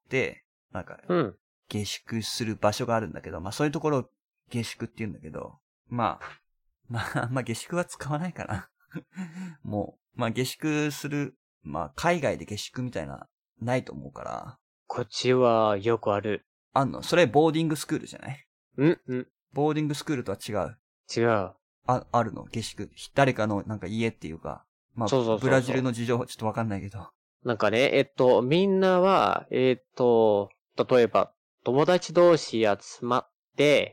なんか、下宿する場所があるんだけど、まあそういうところを下宿って言うんだけど、まあ、まあ、まあ下宿は使わないかな。もう、まあ下宿する、まあ海外で下宿みたいな、ないと思うから。 こっちはよくある。 あんの？それボーディングスクールじゃない？ うんうん。 ボーディングスクールとは違う。 違う。 あ、あるの？下宿。誰かのなんか家っていうか。まあ、そうそうそうそう、ブラジルの事情はちょっとわかんないけど。 なんかね、えっと、みんなは、えっと、例えば、友達同士集まって、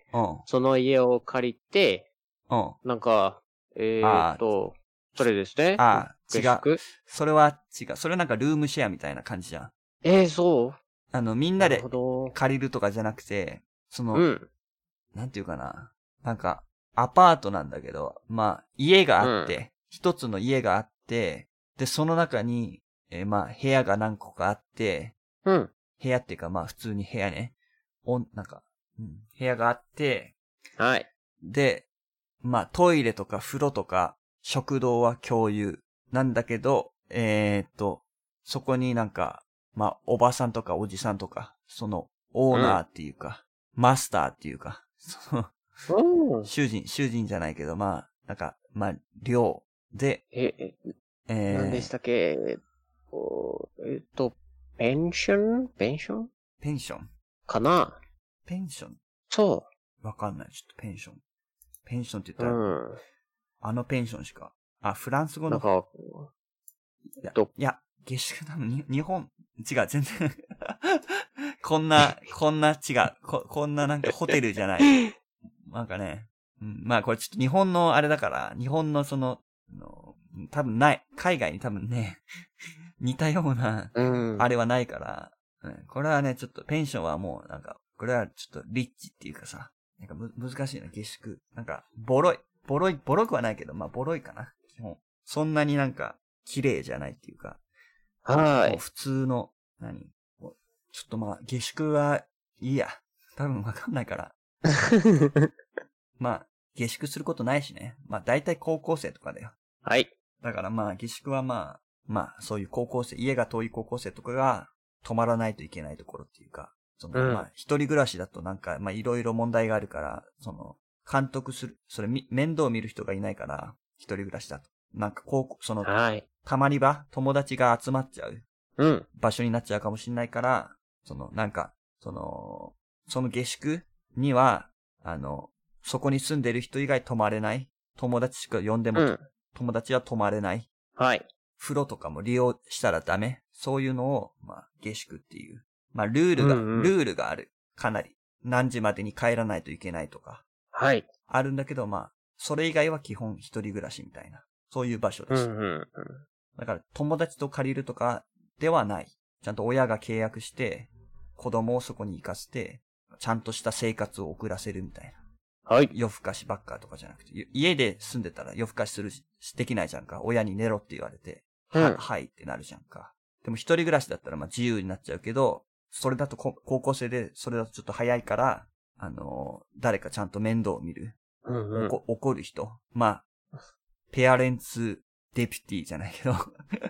うん、その家を借りて、うん、なんか、えー、っと、それですね。 ああ、違う。それは違う。それはなんかルームシェアみたいな感じじゃん。 えー、そうあの、みんなで借りるとかじゃなくて、その、うん、なんていうかな。なんか、アパートなんだけど、まあ、家があって、一、うん、つの家があって、で、その中に、えー、まあ、部屋が何個かあって、 うん。 部屋っていうか、まあ、普通に部屋ね。おん、なんか、うん、部屋があって、 はい。 で、まあ、トイレとか風呂とか、食堂は共有なんだけど、 えー、っと、そこになんか、まあ、おばさんとかおじさんとか、その、オーナーっていうか、うん、マスターっていうか、その、うん、主人、主人じゃないけど、まあ、なんか、まあ、寮で、 え、えー、何でしたっけ、えっと、えっと、ペンションペンションペンションかなペンションそう。 わかんない。ちょっとペンション。ペンションって言ったら、うん、あのペンションしか。あ、フランス語の。 なんか、 いや、いや下宿多分に、日本、違う、全然。こんな、こんな違う。こ、こんななんかホテルじゃない。なんかね、うん、まあこれちょっと日本のあれだから、日本のその、の多分ない。海外に多分ね、似たような、あれはないから、うん、これはね、ちょっとペンションはもうなんか、これはちょっとリッチっていうかさ、なんかむ難しいな、下宿。なんか、ボロい。ボロい、ボロくはないけど、まあボロいかな。基本。そんなになんか、綺麗じゃないっていうか。 はい。 普通の、何ちょっとまあ、下宿はいいや。多分わかんないから。まあ、下宿することないしね。まあ、大体高校生とかだよ。 はい。 だからまあ、下宿はまあ、まあ、そういう高校生、家が遠い高校生とかが泊まらないといけないところっていうか、その、うん、まあ、一人暮らしだとなんか、まあ、いろいろ問題があるから、その、監督する、それ、面倒を見る人がいないから、一人暮らしだと。なんか、こう、その、はい。たまり場、友達が集まっちゃう。うん。場所になっちゃうかもしれないから、その、なんか、その、その下宿には、あの、そこに住んでる人以外泊まれない。友達しか呼んでも、うん、友達は泊まれない。 はい。 風呂とかも利用したらダメ。そういうのを、まあ、下宿っていう。まあ、ルールが、うんうん、ルールがある。かなり。何時までに帰らないといけないとか。 はい。 あるんだけど、まあ、それ以外は基本一人暮らしみたいな。そういう場所です。 うんうんうん、 だから、友達と借りるとかではない。ちゃんと親が契約して、子供をそこに行かせて、ちゃんとした生活を送らせるみたいな。 はい。 夜更かしばっかとかじゃなくて、家で住んでたら夜更かしするし、できないじゃんか。親に寝ろって言われて、うん、は、はいってなるじゃんか。でも一人暮らしだったらまあ自由になっちゃうけど、それだと高校生で、それだとちょっと早いから、あのー、誰かちゃんと面倒を見る。 うんうん、 おこ怒る人。まあ、ペアレンツデピュティじゃないけど、ま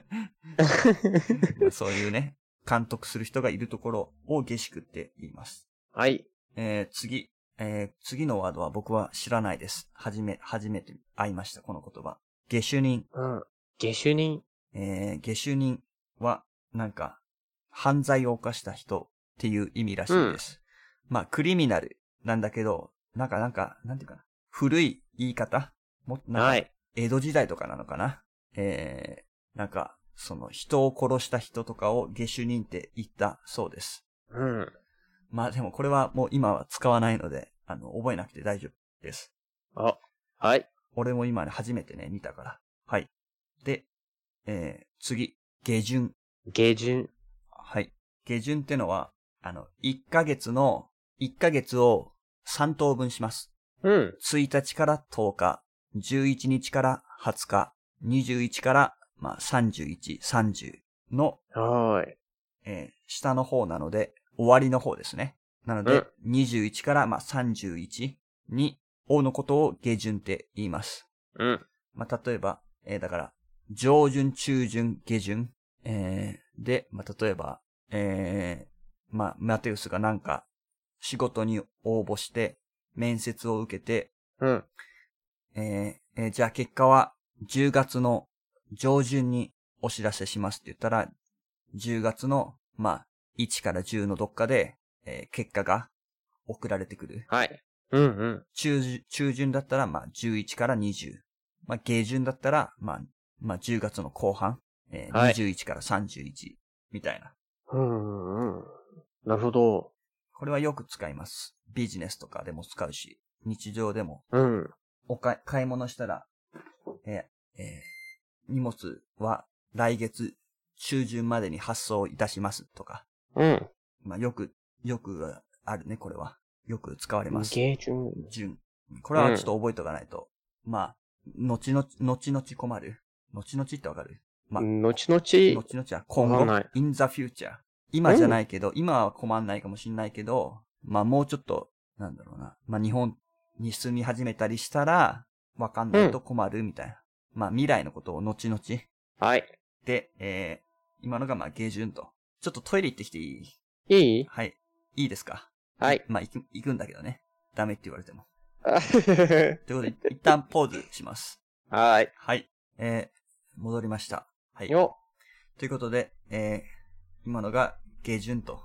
あ、そういうね、監督する人がいるところを下宿って言います。 はい。 えー、次。えー、次のワードは僕は知らないです。はじめ、初めて会いました、この言葉。下手人。 うん。下手人。 えー、下手人は、なんか、犯罪を犯した人っていう意味らしいです。うん、まあ、クリミナルなんだけど、なんか、なんか、なんていうかな。古い言い方も、なんか、はい、江戸時代とかなのかな。えー、なんか、その、人を殺した人とかを下手人って言ったそうです。 うん。 まあでもこれはもう今は使わないので、あの、覚えなくて大丈夫です。 あ、はい。 俺も今ね、初めてね、見たから。はい。で、えー、次、下旬。 下旬。 はい。下旬ってのは、あの、いっかげつの、いっかげつをさん等分します。 うん。 ついたちからとおか、じゅういちにちからはつか、にじゅういちから、まあ、さんじゅういち、さんじゅうの、 はい。 えー、下の方なので、終わりの方ですね。なので、うん、にじゅういちからまあさんじゅういちに、おのことを下旬って言います。 うん。 まあ、例えば、えー、だから、上旬、中旬、下旬。えー、で、まあ、例えば、えー、まあ、マテウスがなんか、仕事に応募して、面接を受けて、 うん。 えーえー、じゃあ結果は、じゅうがつの上旬にお知らせしますって言ったら、じゅうがつの、まあ、いちからじゅうのどっかで、えー、結果が送られてくる。 はい。うんうん。 中、中旬だったら、まあ、じゅういちからにじゅう。まあ、下旬だったら、まあ、まあ、じゅうがつの後半。えーはい、にじゅういちからさんじゅういち。みたいな。 うんうん。なるほど。 これはよく使います。ビジネスとかでも使うし、日常でも。 うん。 おか、買い物したら、えー、えー、荷物は来月中旬までに発送いたしますとか。 うん。 まあ、よく、よくあるね、これは。よく使われます。 下旬。 旬。これはちょっと覚えとかないと。うん、まあ、後々、後々困る。後々ってわかる？まあ、 後々。 後々は今後。in the future。今じゃないけど、うん、今は困んないかもしんないけど、まあもうちょっと、なんだろうな。まあ日本に住み始めたりしたら、わかんないと困るみたいな。うん、まあ未来のことを後々。 はい。 で、えー、今のがまあ下旬と。ちょっとトイレ行ってきていい？ いい？ はい。いいですか？ はい。 まあ、行く、行くんだけどね。ダメって言われても。ということで、一旦ポーズします。 はい。 はい。えー、戻りました。はい。 よ。 ということで、えー、今のが下旬と。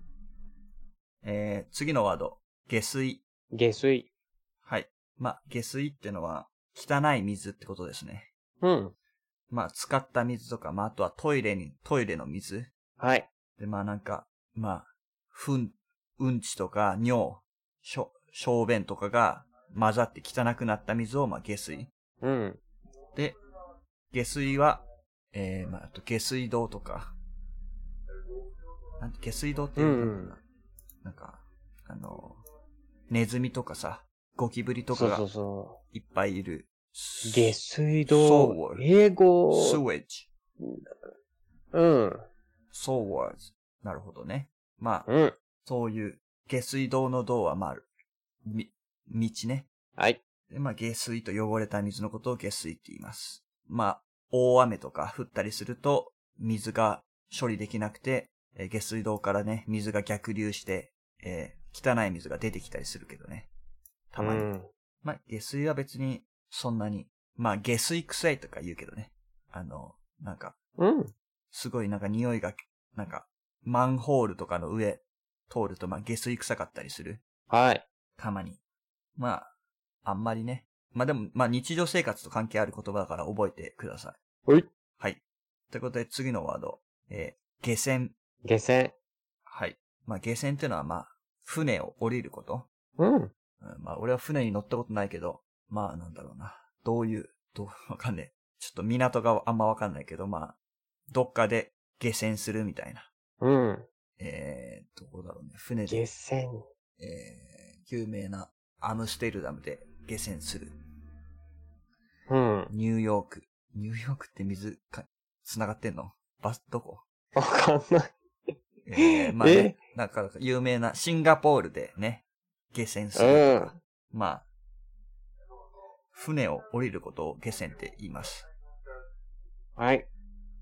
えー、次のワード、下水。 下水。 はい。まあ、下水ってのは、汚い水ってことですね。 うん。 まあ、使った水とか、まあ、あとはトイレに、トイレの水。 はい。 で、まあなんか、まあ、ふん、うんちとか尿、しょ、小便とかが混ざって汚くなった水を、まあ、下水。 うん。 で、下水は、えー、まあ、あと下水道とか、なんて下水道っていうのかな、うん、なんか、あの、ネズミとかさ、ゴキブリとかがいっぱいいる。 下水道、英語。 sewage。 うん。 sewage。なるほどね。まあ、 うん、 そういう下水道の道はまあ、み、道ね。 はい。 で、まあ、下水と汚れた水のことを下水って言います。まあ、大雨とか降ったりすると、水が処理できなくて、えー、下水道からね、水が逆流して、えー、汚い水が出てきたりするけどね。たまに。うん、まあ、下水は別に、そんなに、まあ、下水臭いとか言うけどね。あの、なんか、 うん。 すごいなんか匂いが、なんか、マンホールとかの上通ると、まあ、下水臭かったりする。 はい。 たまに。まあ、あんまりね。まあでも、まあ日常生活と関係ある言葉だから覚えてください。 はい。 はい。ということで次のワード。えー、下船。 下船。 はい。まあ下船っていうのはまあ、船を降りること。 うん。うん、 まあ俺は船に乗ったことないけど、まあなんだろうな。どういう、どう、わかんねえ。ちょっと港があんまわかんないけど、まあ、どっかで下船するみたいな。 うん。 えー、どこだろうね。船で。 下船。 えー、有名なアムステルダムで下船する。 うん。 ニューヨーク。ニューヨークって水か、繋がってんの？バス、どこ？ わかんない。 えー、まあね、なんか有名なシンガポールでね、下船するとか。うん、まあ、船を降りることを下船って言います。 はい。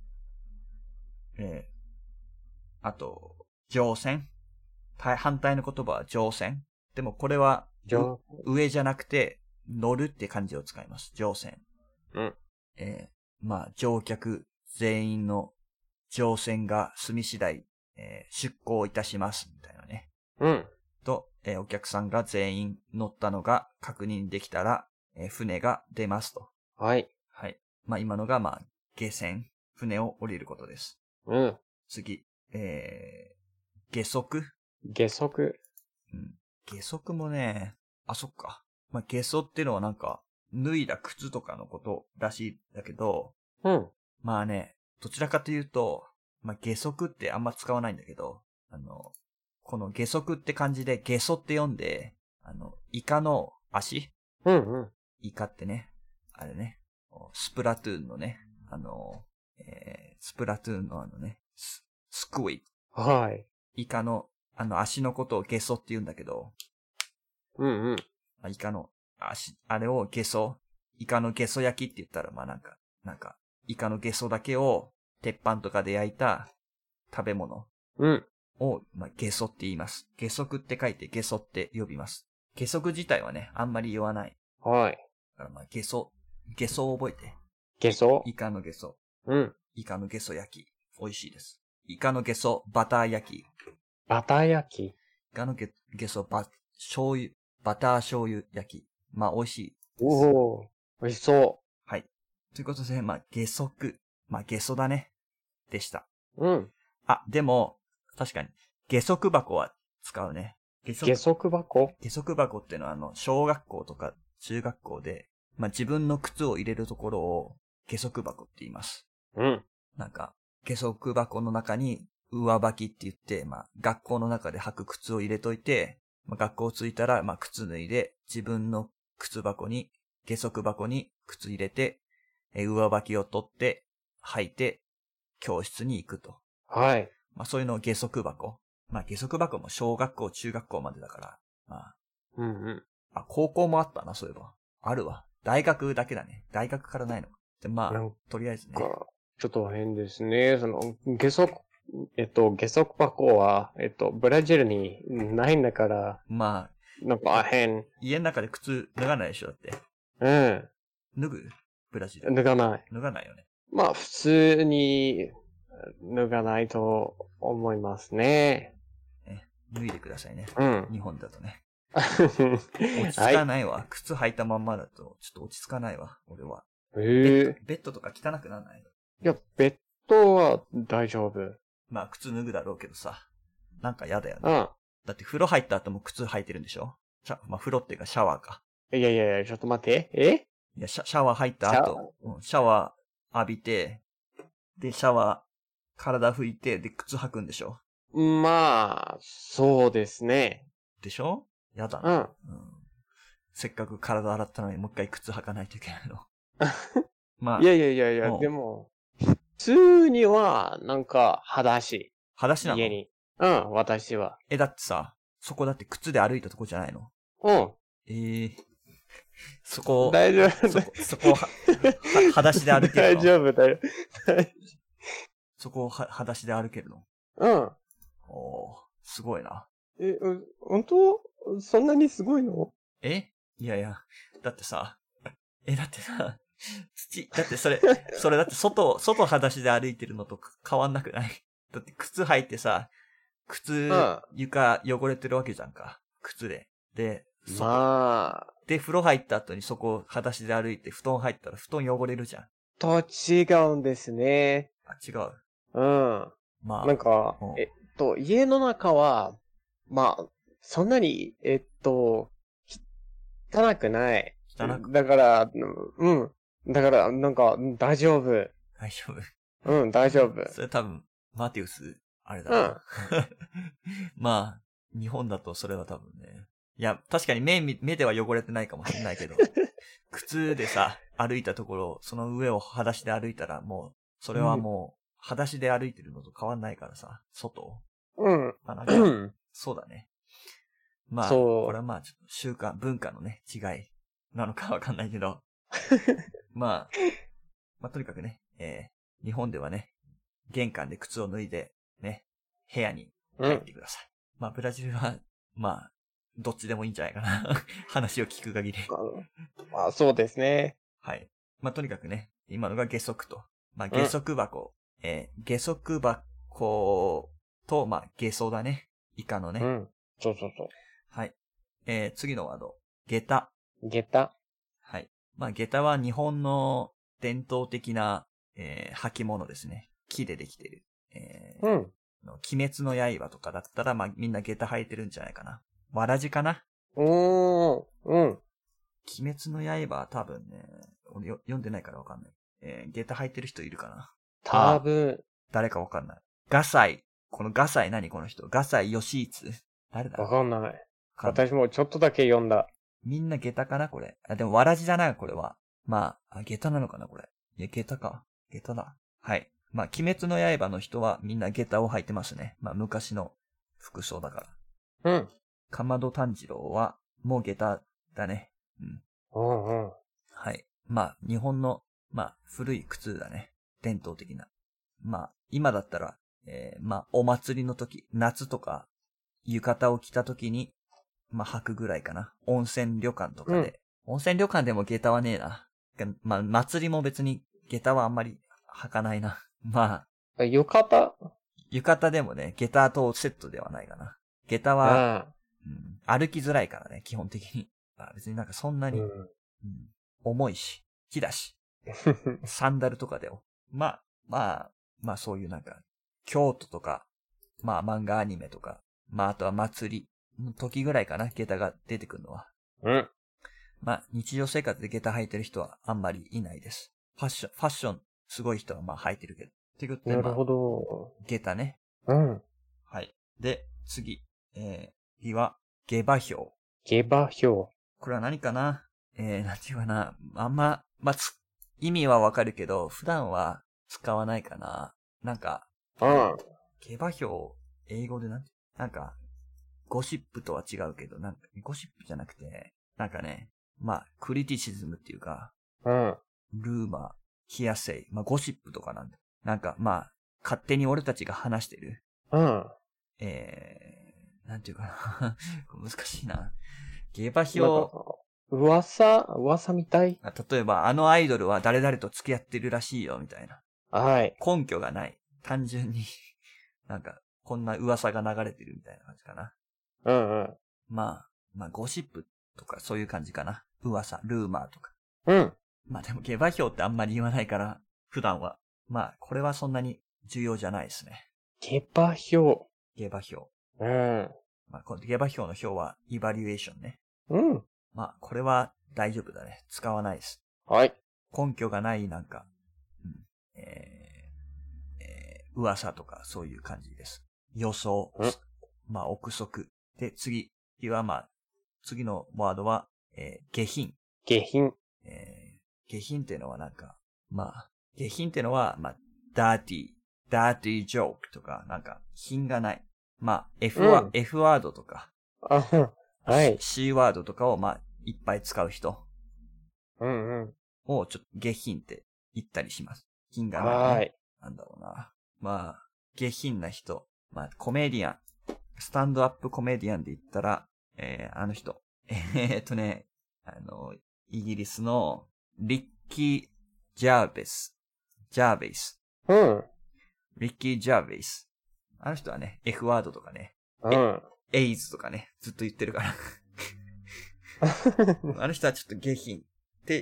えー、あと、乗船。反対の言葉は乗船。でもこれは、上じゃなくて、乗るって漢字を使います。乗船。 うん。 えー、まあ、乗客全員の乗船が済み次第、えー、出港いたします、みたいなね。 うん。 と、えー、お客さんが全員乗ったのが確認できたら、えー、船が出ますと。 はい。 はい。まあ、今のが、まあ、下船。船を降りることです。 うん。 次、えー、下足。 下足。 うん。下足もね、あ、そっか。まあ、下足っていうのはなんか、脱いだ靴とかのことらしいんだけど、 うん。 まあね、どちらかというと、まあ、下足ってあんま使わないんだけど、あの、この下足って漢字で下足って読んで、あの、イカの足？ うんうん。 イカってね、あれね、スプラトゥーンのね、あの、えー、スプラトゥーンのあのね、ス、スクイ。 はい。 イカの、あの足のことを下足って言うんだけど、 うんうん。 まあ、イカの足、あれをゲソ、イカのゲソ焼きって言ったら、まあなんか、なんか、イカのゲソだけを鉄板とかで焼いた食べ物を、うん、まあ、ゲソって言います。ゲソクって書いてゲソって呼びます。ゲソク自体はね、あんまり言わない。 はい。 だからまあ、ゲソ、ゲソを覚えて。 ゲソ？ イカのゲソ。 うん。 イカのゲソ焼き。美味しいです。イカのゲソ、バター焼き。 バター焼き？ イカのゲゲソ、バ、醤油、バター醤油焼き。まあ、美味しい。 おー、美味しそう。 はい。ということで、まあ、下足。まあ、下足だね。でした。 うん。 あ、でも、確かに、下足箱は使うね。 下足、下足箱？ 下足箱っていうのは、あの、小学校とか中学校で、まあ、自分の靴を入れるところを、下足箱って言います。 うん。 なんか、下足箱の中に、上履きって言って、まあ、学校の中で履く靴を入れといて、まあ、学校着いたら、まあ、靴脱いで、自分の靴箱に、下足箱に靴入れて、えー、上履きを取って、履いて、教室に行くと。 はい。 まあそういうのを下足箱。まあ下足箱も小学校、中学校までだから。まあ。 うんうん。 あ、高校もあったな、そういえば。あるわ。大学だけだね。大学からないの。で、まあ、とりあえずね。 ちょっと変ですね。その、下足、えっと、下足箱は、えっと、ブラジルにないんだから。 まあ。 なんか変。 家の中で靴脱がないでしょ、だって。 うん。 脱ぐブラジル。 脱がない。 脱がないよね。 まあ、普通に脱がないと思いますね。 ね、脱いでくださいね。 うん。 日本だとね。落ち着かないわ、はい。靴履いたまんまだと、ちょっと落ち着かないわ、俺は。 へえ。 ベッド、ベッドとか汚くならない？ いや、ベッドは大丈夫。 まあ、靴脱ぐだろうけどさ。なんか嫌だよね。 うん。 だって風呂入った後も靴履いてるんでしょ？シャまあ、風呂っていうかシャワーか。 いやいやいや、ちょっと待って。えいや、シャ、シャワー入った後、シャ,、うん、シャワー浴びて、で、シャワー、体拭いて、で、靴履くんでしょ？ まあ、そうですね。 でしょ？やだな、うん。 うん。せっかく体洗ったのにもう一回靴履かないといけないの。 まあ。いやいやいやいや、でも、普通には、なんか、裸足。 裸足なの？ 家に。うん、私は。 え、だってさ、そこだって靴で歩いたとこじゃないの？ うん。 ええー、そこ、 大丈夫。 そこ、そこは、は、裸足で歩けるの？ 大丈夫、大丈夫。 そこをは、裸足で歩けるの？ うん。 おー、すごいな。 え、う、本当？そんなにすごいの？ え？いやいや、だってさ、え、だってさ、土、だってそれ、それだって外、外裸足で歩いてるのと変わんなくない？だって靴履いてさ、靴、うん、床汚れてるわけじゃんか。靴で。で、 外。まあ。 で、風呂入った後にそこ裸足で歩いて布団入ったら布団汚れるじゃん。 と違うんですね。 あ、違う。 うん。まあ。なんか、うん、えっと、家の中は、まあ、そんなに、えっと、汚くない。汚く。だから、うん。だから、なんか、大丈夫。 大丈夫。 うん、大丈夫。 それ多分、マテウス、あれだな。うん。まあ、日本だとそれは多分ね。いや、確かに目、目では汚れてないかもしれないけど、靴でさ、歩いたところ、その上を裸足で歩いたら、もう、それはもう、裸足で歩いてるのと変わんないからさ、外。 うん。 まあ、なんかそうだね。まあ、これはまあ、ちょっと習慣、文化のね、違いなのかわかんないけど。まあ、まあ、とにかくね、えー、日本ではね、玄関で靴を脱いで、ね、部屋に入ってください。うん、まあ、ブラジルは、まあ、どっちでもいいんじゃないかな。話を聞く限り。 まあ、そうですね。 はい。まあ、とにかくね、今のが下足と。まあ、下足箱。うん、えー、下足箱と、まあ、下足だね。以下のね。 うん。そうそうそう。 はい。えー、次のワード。下駄。 下駄。 はい。まあ、下駄は日本の伝統的な、えー、履物ですね。木でできてる。えー、うん。鬼滅の刃とかだったら、まあ、みんな下駄履いてるんじゃないかな。わらじかな。 おー、うん。 鬼滅の刃は多分ね、俺よ読んでないからわかんない。えー、下駄履いてる人いるかな。 多分。 誰かわかんない。ガサイ。このガサイ何この人。ガサイヨシイツ。誰だ？ わかんない。私もちょっとだけ読んだ。 みんな下駄かなこれ。あ、でもわらじだな、これは。まあ、あ、下駄なのかなこれ。いや、下駄か。下駄だ。はい。まあ、鬼滅の刃の人はみんな下駄を履いてますね。まあ、昔の服装だから。 うん。 かまど炭治郎は、もう下駄だね。うん。 うんうん。 はい。まあ、日本の、まあ、古い靴だね。伝統的な。まあ、今だったら、えー、まあ、お祭りの時、夏とか、浴衣を着た時に、まあ、履くぐらいかな。温泉旅館とかで。うん、温泉旅館でも下駄はねえな。まあ、祭りも別に下駄はあんまり履かないな。まあ。浴衣？ 浴衣でもね、下駄とセットではないかな。下駄は、うん、歩きづらいからね、基本的に。まあ、別になんかそんなに、うんうん、重いし、木だし。サンダルとかでも。まあ、まあ、まあそういうなんか、京都とか、まあ漫画アニメとか、まああとは祭りの時ぐらいかな、下駄が出てくるのは。 うん。 まあ日常生活で下駄履いてる人はあんまりいないです。ファッション、ファッションすごい人はまあ履いてるけど。っていうことで、まあ、 なるほど。 下駄ね。 うん。 はい。で、次。えー、次は、下馬評。 下馬評。 これは何かな？えー、なんていうかな。あんま、まあ、つ、意味はわかるけど、普段は使わないかな。なんか、 うん。 下馬評、英語でなんて、なんか、ゴシップとは違うけど、なんか、ゴシップじゃなくて、なんかね、まあ、クリティシズムっていうか、 うん。 ルーマー、ヒアセイ、まあ、ゴシップとかなんだ。 なんか、まあ、勝手に俺たちが話してる。 うん。 えー、なんていうかな。難しいな。下馬評。 噂噂みたい？ 例えば、あのアイドルは誰々と付き合ってるらしいよ、みたいな。 はい。 根拠がない。単純に、なんか、こんな噂が流れてるみたいな感じかな。 うんうん。 まあ、まあ、ゴシップとかそういう感じかな。噂、ルーマーとか。 うん。 まあでも下馬評ってあんまり言わないから、普段は。まあ、これはそんなに重要じゃないですね。 下馬評。 下馬評。 うん。 まあ、この下馬評の評は、イバリュエーションね。 うん。 まあ、これは大丈夫だね。使わないです。 はい。 根拠がないなんか、うん、えー、えー、噂とかそういう感じです。予想。 うん、 まあ、憶測。で、次。次はまあ、次のワードは、えー、下品。 下品。 えー、下品っていうのはなんか、まあ、下品っていうのは、まあ、ダーティー、ダーティージョークとか、なんか、品がない。まあ、F ワ、うん、F ワードとか、 あ、はい。 C ワードとかを、まあ、いっぱい使う人。 うんうん。 を、ちょっと下品って言ったりします。品がない、ね。はい。なんだろうな。まあ、下品な人。まあ、コメディアン。スタンドアップコメディアンで言ったら、えー、あの人。えー、っとね、あの、イギリスの、リッキー・ジャーベス。ジャーベス。 うん。 リッキー・ジャーベス。あの人はね、F ワードとかね。 うん。 エイズとかね、ずっと言ってるから。あの人はちょっと下品って、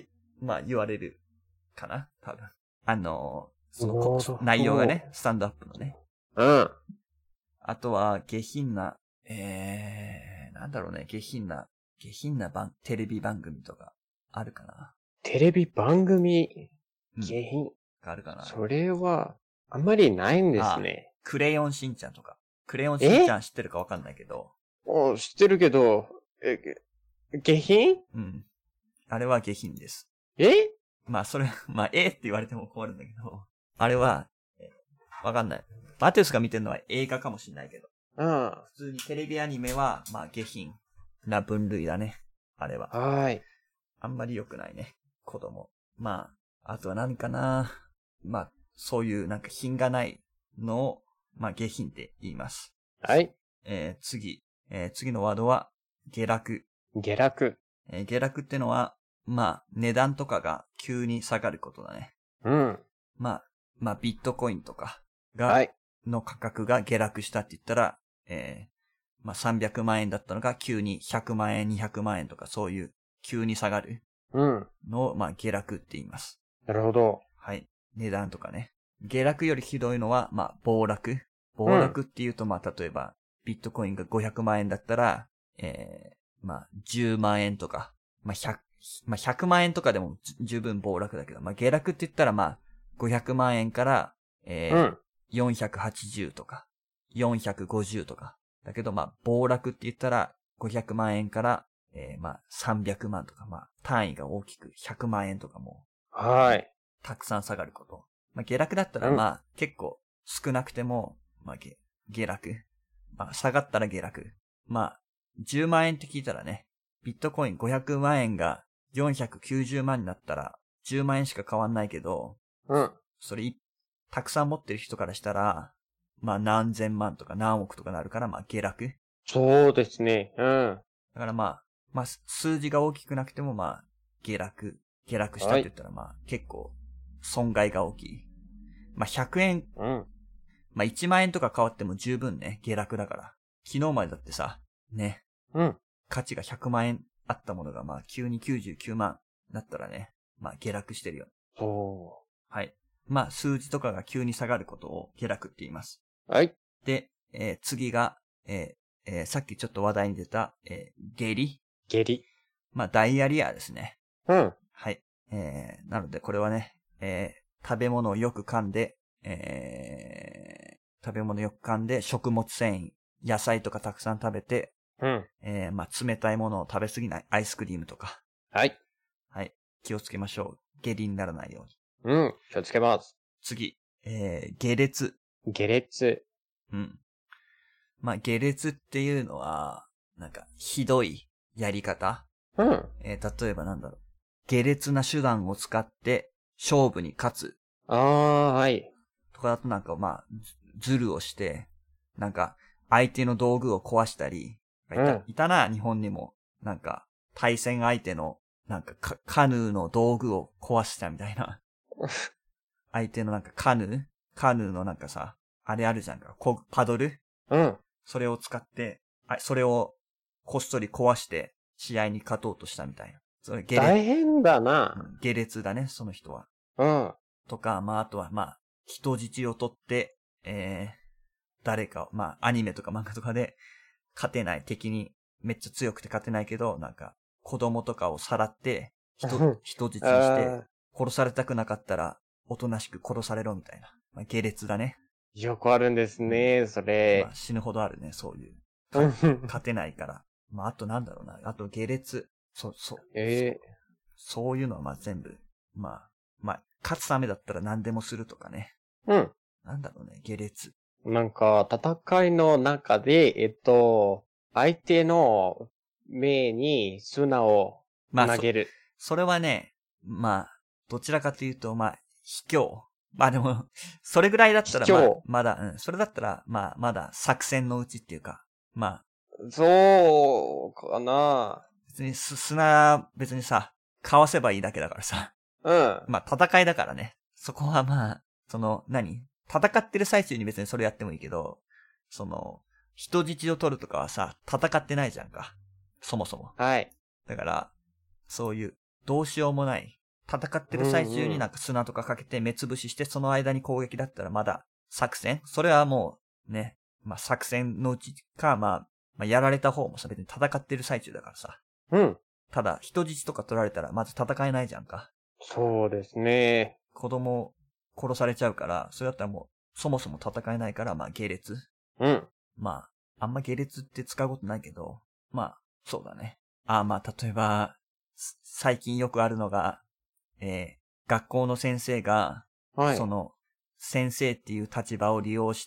まあ言われるかな多分。あの、その内容がね、スタンドアップのね。 うん。 あとは、下品な、えー、なんだろうね、下品な、下品な番、テレビ番組とか、あるかな。 テレビ番組、下品、うん、 があるかな。 それは、あんまりないんですね。 ああ、クレヨンしんちゃんとか。クレヨンしんちゃん知ってるかわかんないけど。 お、知ってるけど、え、下品？ うん。あれは下品です。 え？ まあ、それ、まあ、えって言われても困るんだけど、あれは、えわかんない。マテウスが見てるのは映画かもしれないけど。 うん。 普通にテレビアニメは、まあ、下品な分類だね。あれは。 はい。 あんまり良くないね。子供。まあ、あとは何かな。まあ、そういうなんか品がないのを、まあ、下品って言います。 はい。 えー、次。えー、次のワードは、下落。 下落。 えー、下落ってのは、まあ、値段とかが急に下がることだね。 うん。 まあ、まあ、ビットコインとかが、 はい。 の価格が下落したって言ったら、えー、まあ、さんびゃくまんえんだったのが急にひゃくまんえん、にひゃくまんえんとかそういう急に下がるのを、まあ、下落って言います。 なるほど。 はい。値段とかね。下落よりひどいのは、まあ、暴落。暴落って言うと、まあ、例えば、ビットコインがごひゃくまんえんだったら、えー、まあ、じゅうまんえんとか、まあ、ひゃく、まあ、ひゃくまんえんとかでも十分暴落だけど、まあ、下落って言ったら、まあ、ごひゃくまんえんから、えー、うん、よんひゃくはちじゅうとか、よんひゃくごじゅうとか。だけど、まあ、暴落って言ったら、ごひゃくまんえんから、えー、まあ、さんびゃくまんとか、まあ、単位が大きくひゃくまんえんとかも、 はい。 たくさん下がること。まあ、下落だったら、まあ、うん、結構少なくても、まあ、下、下落。まあ、下がったら下落。まあ、じゅうまんえんって聞いたらね、ビットコインごひゃくまんえんがよんひゃくきゅうじゅうまんになったら、じゅうまんえんしか変わんないけど、 うん。 それ、たくさん持ってる人からしたら、まあ何千万とか何億とかなるから、まあ下落。 そうですね。うん。 だからまあ、まあ数字が大きくなくてもまあ、下落。下落したって言ったらまあ、結構、損害が大きい。まあひゃくえん、 うん。 まあいちまんえんとか変わっても十分ね、下落だから。昨日までだってさ、ね。 うん。 価値がひゃくまんえんあったものがまあ急にきゅうじゅうきゅうまんだったらね、まあ下落してるよ。 おー。 はい。まあ数字とかが急に下がることを下落って言います。 はい。 で、えー、次が、えーえー、さっきちょっと話題に出た、えー、下痢。 下痢。 まあダイアリアですね。 うん。 はい。えー、なのでこれはね、えー、食べ物をよく噛んで、えー、食べ物をよく噛んで食物繊維、野菜とかたくさん食べて、 うん。 えー、まあ、冷たいものを食べ過ぎない。アイスクリームとか。 はい。 はい。気をつけましょう。下痢にならないように。うん。気をつけます。 次。えー、下劣。 下劣。 うん。まあ、下劣っていうのは、なんか、ひどいやり方。 うん。 えー、例えばなんだろう。下劣な手段を使って、勝負に勝つ。 ああ、はい。 とかだとなんかまあ、ズルをして、なんか、相手の道具を壊したり、いた、うん、いたな、日本にも。なんか、対戦相手の、なんかカ、カヌーの道具を壊したみたいな。相手のなんかカヌーカヌーのなんかさ、あれあるじゃんか、こパドルうん。 それを使って、あ、それをこっそり壊して、試合に勝とうとしたみたいな。それ下劣。 大変だな、 うん。下劣だね、その人は。 うん。 とか、まあ、あとは、まあ、人質を取って、えー、誰かを、まあ、アニメとか漫画とかで、勝てない敵にめっちゃ強くて勝てないけど、なんか、子供とかをさらって、人、人質にして、殺されたくなかったら、おとなしく殺されろみたいな。まあ、下劣だね。 よくあるんですね、うん、それ。 まあ、死ぬほどあるね、そういう。勝てないから。まあ、あとなんだろうな。あと下劣。そう、そう。 えー、 そう。そういうのはまあ全部。まあ、まあ、勝つためだったら何でもするとかね。 うん。 なんだろうね、下劣。 なんか、戦いの中で、えっと、相手の目に砂を投げる。まあ、 そ、それはね、まあ、どちらかというと、まあ、卑怯。まあでも、それぐらいだったら、まあ、まだ、うん、それだったら、まあ、まだ作戦のうちっていうか、まあ。 そうかな。 別に砂、別にさ、かわせばいいだけだからさ。 うん。 まあ、戦いだからね。そこはまあ、その、何戦ってる最中に別にそれやってもいいけど、その、人質を取るとかはさ、戦ってないじゃんか。そもそも。 はい。 だから、そういう、どうしようもない。戦ってる最中になんか砂とかかけて目つぶしして、その間に攻撃だったらまだ作戦それはもう、ね、まあ作戦のうちか、まあ、まあやられた方もさ、別に戦ってる最中だからさ。 うん。 ただ、人質とか取られたらまず戦えないじゃんか。 そうですね。 子供殺されちゃうから、それだったらもう、そもそも戦えないから、まあ下劣。 うん。 まあ、あんま下劣って使うことないけど、まあ、そうだね。ああ、まあ、例えば、最近よくあるのが、えー、学校の先生が、はい、その、先生っていう立場を利用して、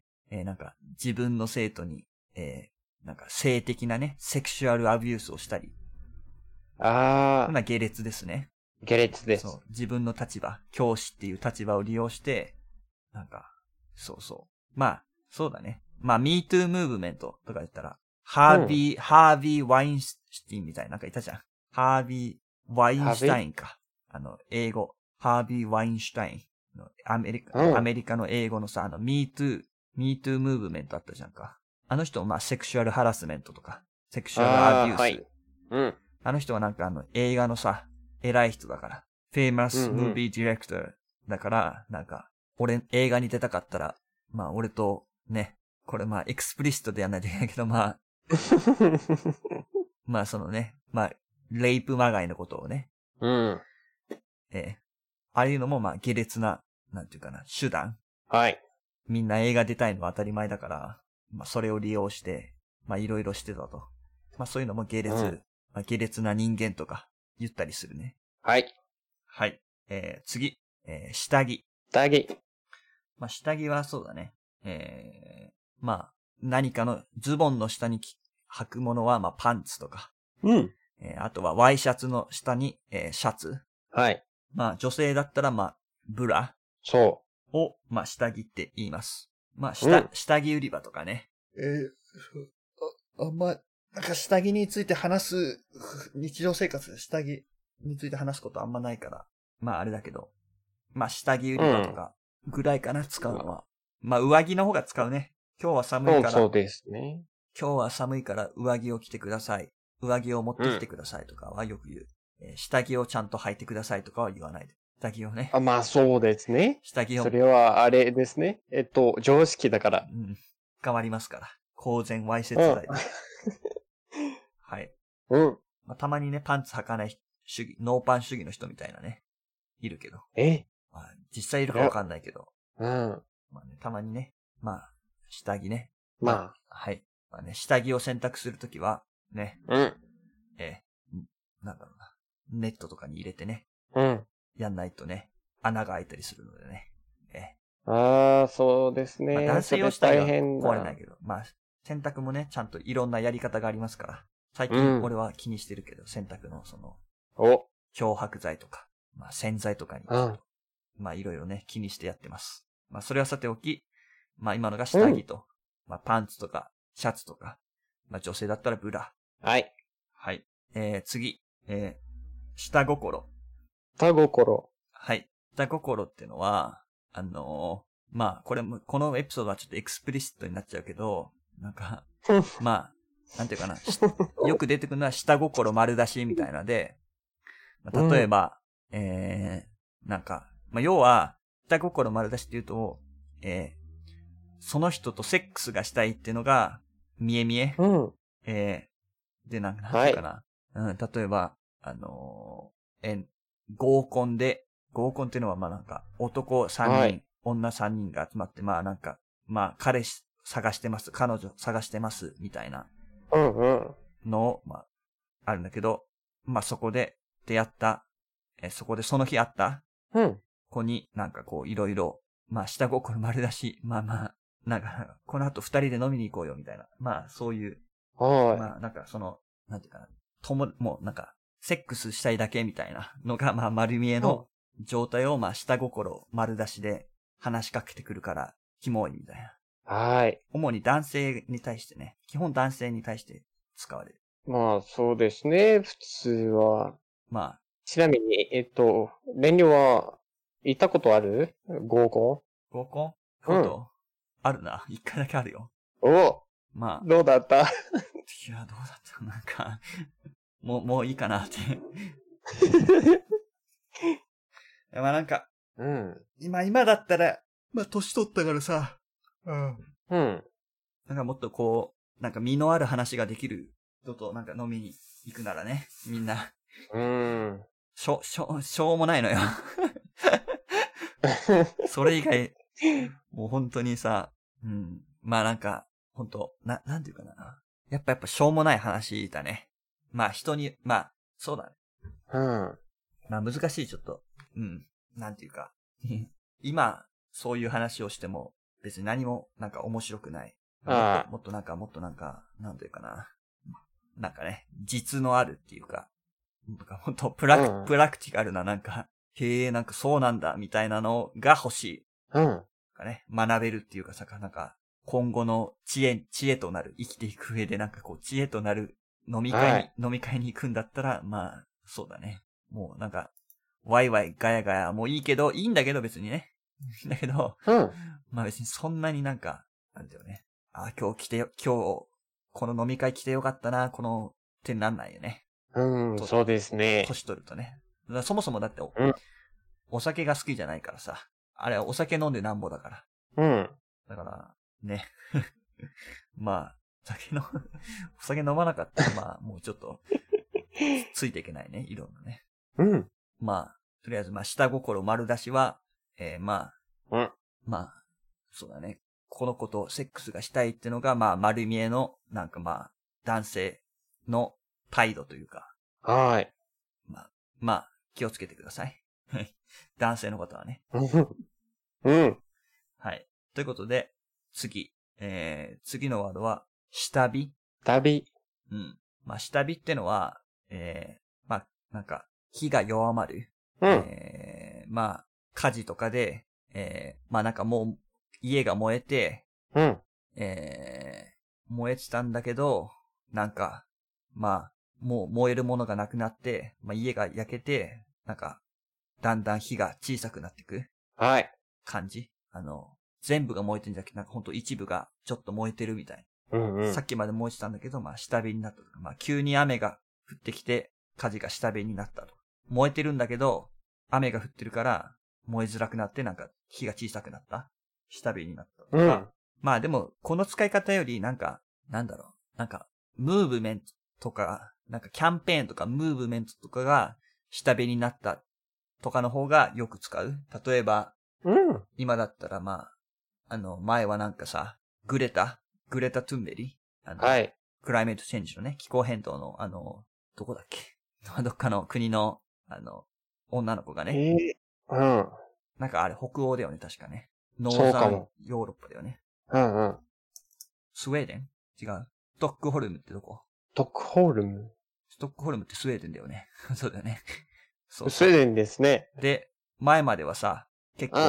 えー、なんか、自分の生徒に、えー、なんか、性的なね、セクシュアルアビュースをしたり。 ああ。 まあ、下劣ですね。 下劣です。 そう。自分の立場、教師っていう立場を利用して、なんか、そうそう。まあ、そうだね。まあ、Me Too ムーブメントとか言ったら、ハービー、うん、ハービー・ワインシュティンみたいななんかいたじゃん。ハービー・ワインシュタインか。あの、英語。ハービー・ワインシュタインのアメリカ、うん、アメリカの英語のさ、あの、Me Too、Me Too ムーブメントあったじゃんか。あの人もまあ、セクシュアルハラスメントとか、セクシュアルアビュース。あ、はい。 うん。 あの人はなんかあの、映画のさ、偉い人だから。famous movie director だから、なんか、俺、映画に出たかったら、まあ、俺と、ね、これまあ、エクスプリシットでやんないといけないけど、まあ、まあ、そのね、まあ、レイプまがいのことをね、 うん。 ええ、ああいうのもまあ、下劣な、なんていうかな、手段。 はい。 みんな映画出たいのは当たり前だから、まあ、それを利用して、まあ、いろいろしてたと。まあ、そういうのも下劣、うん、まあ、下劣な人間とか言ったりするね。 はい。 はい。えー、次。えー、下着。 下着。 まあ、下着はそうだね。えー、まあ、何かのズボンの下に履くものは、まあ、パンツとか。 うん。 えー、あとはワイシャツの下に、えー、シャツ。 はい。 まあ、女性だったら、まあ、ブラ。 そう。 を、まあ、下着って言います。まあ、下、うん、下着売り場とかね。えー、あ、あんま、なんか下着について話す、日常生活で下着について話すことあんまないから。まあ、あれだけど。まあ、下着売り場とか、ぐらいかな、使うのは。まあ、上着の方が使うね。今日は寒いから。 そうですね。 今日は寒いから上着を着てください。上着を持ってきてくださいとかはよく言う。うん、えー、下着をちゃんと履いてくださいとかは言わないで。下着をね。 あ、まあそうですね。 下着を。 それはあれですね。えっと、常識だから。 うん。変わりますから。公然わいせつ罪で。うん、はい。 うん。 まあ、たまにね、パンツ履かない主義、ノーパン主義の人みたいなね。いるけど。 えまあ、実際いるかわかんないけど。 うん。 まあね、たまにね。まあ、下着ね。 まあ。 まあ、はい。まあね、下着を選択するときは、ね。 うん。 えー、なんだろうな。ネットとかに入れてね。 うん。 やんないとね、穴が開いたりするのでね。えー、ああ、そうですね。 まあ、男性用下着は壊れないけど、まあ、洗濯もね、ちゃんといろんなやり方がありますから。最近俺は気にしてるけど、うん、洗濯のその、 お漂白剤とか、まあ洗剤とかに、 うん、 まあいろいろね、気にしてやってます。 まあそれはさておき、まあ今のが下着と、うん、まあパンツとかシャツとか、まあ女性だったらブラ。 はい。 はい。えー、次、えー、下心。 下心。 はい。下心ってのは、あのー、まあこれも、このエピソードはちょっとエクスプリシットになっちゃうけど、なんか、まあ、なんていうかな、よく出てくるのは下心丸出しみたいなので、まあ、例えば、うん、えー、なんか、まあ要は、下心丸出しっていうと、えー、その人とセックスがしたいっていうのが、見え見え。 うん。 えー、で、なんか、なんていうかな。はい、うん、例えば、あのー、え、合コンで、合コンっていうのは、まあなんか、男さんにん、はい、女さんにんが集まって、まあなんか、まあ彼氏探してます、彼女探してます、みたいな。 うんうん。 のを、まあ、あるんだけど、まあそこで出会った、え、そこでその日会った、 うん。 子になんかこう、いろいろ、まあ下心丸出し、まあまあ、なんか、この後二人で飲みに行こうよ、みたいな。まあ、そういう。 はい。 まあ、なんかその、なんていうかな。とも、もうなんか、セックスしたいだけみたいなのが、まあ、丸見えの状態を、まあ、下心丸出しで話しかけてくるから、キモいみたいな。 はい。 主に男性に対してね。基本男性に対して使われる。 まあ、そうですね。普通は。 まあ。 ちなみに、えっと、レンリは、行ったことある？合コン？合コン？こと、うん、あるな。一回だけあるよ。 お！ まあ。 どうだった？いや、どうだったなんか、もう、もういいかなって。まあなんか、 うん。 今、今だったら、まあ年取ったからさ、 うん。うん。 なんかもっとこう、なんか身のある話ができる人となんか飲みに行くならね、みんな。 うん。 しょ、しょ、しょうもないのよ。それ以外、もう本当にさ、うん。まあなんか、本当な、なんていうかな。やっぱやっぱしょうもない話だね。まあ人に、まあ、そうだね。 うん。 まあ難しいちょっと。うん。なんていうか。今、そういう話をしても、別に何もなんか面白くない。もっと、もっとなんか、もっとなんか、なんていうかな。なんかね、実のあるっていうか、なんか本当プラク、うん、プラクティカルななんか、へえ、なんかそうなんだ、みたいなのが欲しい。 うん。なんかね、学べるっていうかさ、なんか、今後の知恵、知恵となる、生きていく上でなんかこう、知恵となる飲み会に、はい、飲み会に行くんだったら、まあ、そうだね。もうなんか、ワイワイガヤガヤもういいけど、いいんだけど別にね。だけど、 うん、 まあ別にそんなになんか、なんだよね。あ、今日来てよ、今日、この飲み会来てよかったな、この、ってなんないよね。 うん、そうですね。 年取るとね。だからそもそもだって、 うん、 お酒が好きじゃないからさ。あれはお酒飲んでなんぼだから。 うん。 だから、ね。まあ、酒の、お酒飲まなかったら、まあ、もうちょっと、ついていけないね、いろんなね。 うん。 まあ、とりあえず、まあ、下心丸出しは、えー、まあ、うん。 まあ、そうだね。この子とセックスがしたいってのが、まあ、丸見えの、なんかまあ、男性の態度というか。 はい。 まあ、まあ、気をつけてください。男性の方はね。 うん。 はい。ということで、次。えー、次のワードは、下火。 下火。 うん。まあ、下火ってのは、えー、まあ、なんか、火が弱まる。 うん。 えー、まあ、火事とかで、えー、まあなんかもう、家が燃えて、 うん。 えー、燃えてたんだけど、なんか、まあ、もう燃えるものがなくなって、まあ家が焼けて、なんか、だんだん火が小さくなっていく。 はい。 感じ。あの、全部が燃えてるんじゃなくて、なんかほんと一部がちょっと燃えてるみたい。 うんうん。 さっきまで燃えてたんだけど、まあ下火になったとか、まあ急に雨が降ってきて、火事が下火になったと。燃えてるんだけど、雨が降ってるから、燃えづらくなって、なんか火が小さくなった。下火になったとか。うん、まあでも、この使い方より、なんか、なんだろう。なんか、ムーブメントとか、なんかキャンペーンとかムーブメントとかが下火になったとかの方がよく使う。例えば、 うん、 今だったらまあ、あの、前はなんかさ、グレタグレタ・トゥンベリあの、 はい。 クライメートチェンジのね、気候変動の、あの、どこだっけどっかの国の、あの、女の子がね。 えー、うん。 なんかあれ、北欧だよね、確かね。ノーザンヨーロッパだよね。 うんうん。 スウェーデン違う。ストックホルムってどこストックホルムストックホルムってスウェーデンだよね。そうだよね。 そうそう。スウェーデンですね。 で、前まではさ、結構、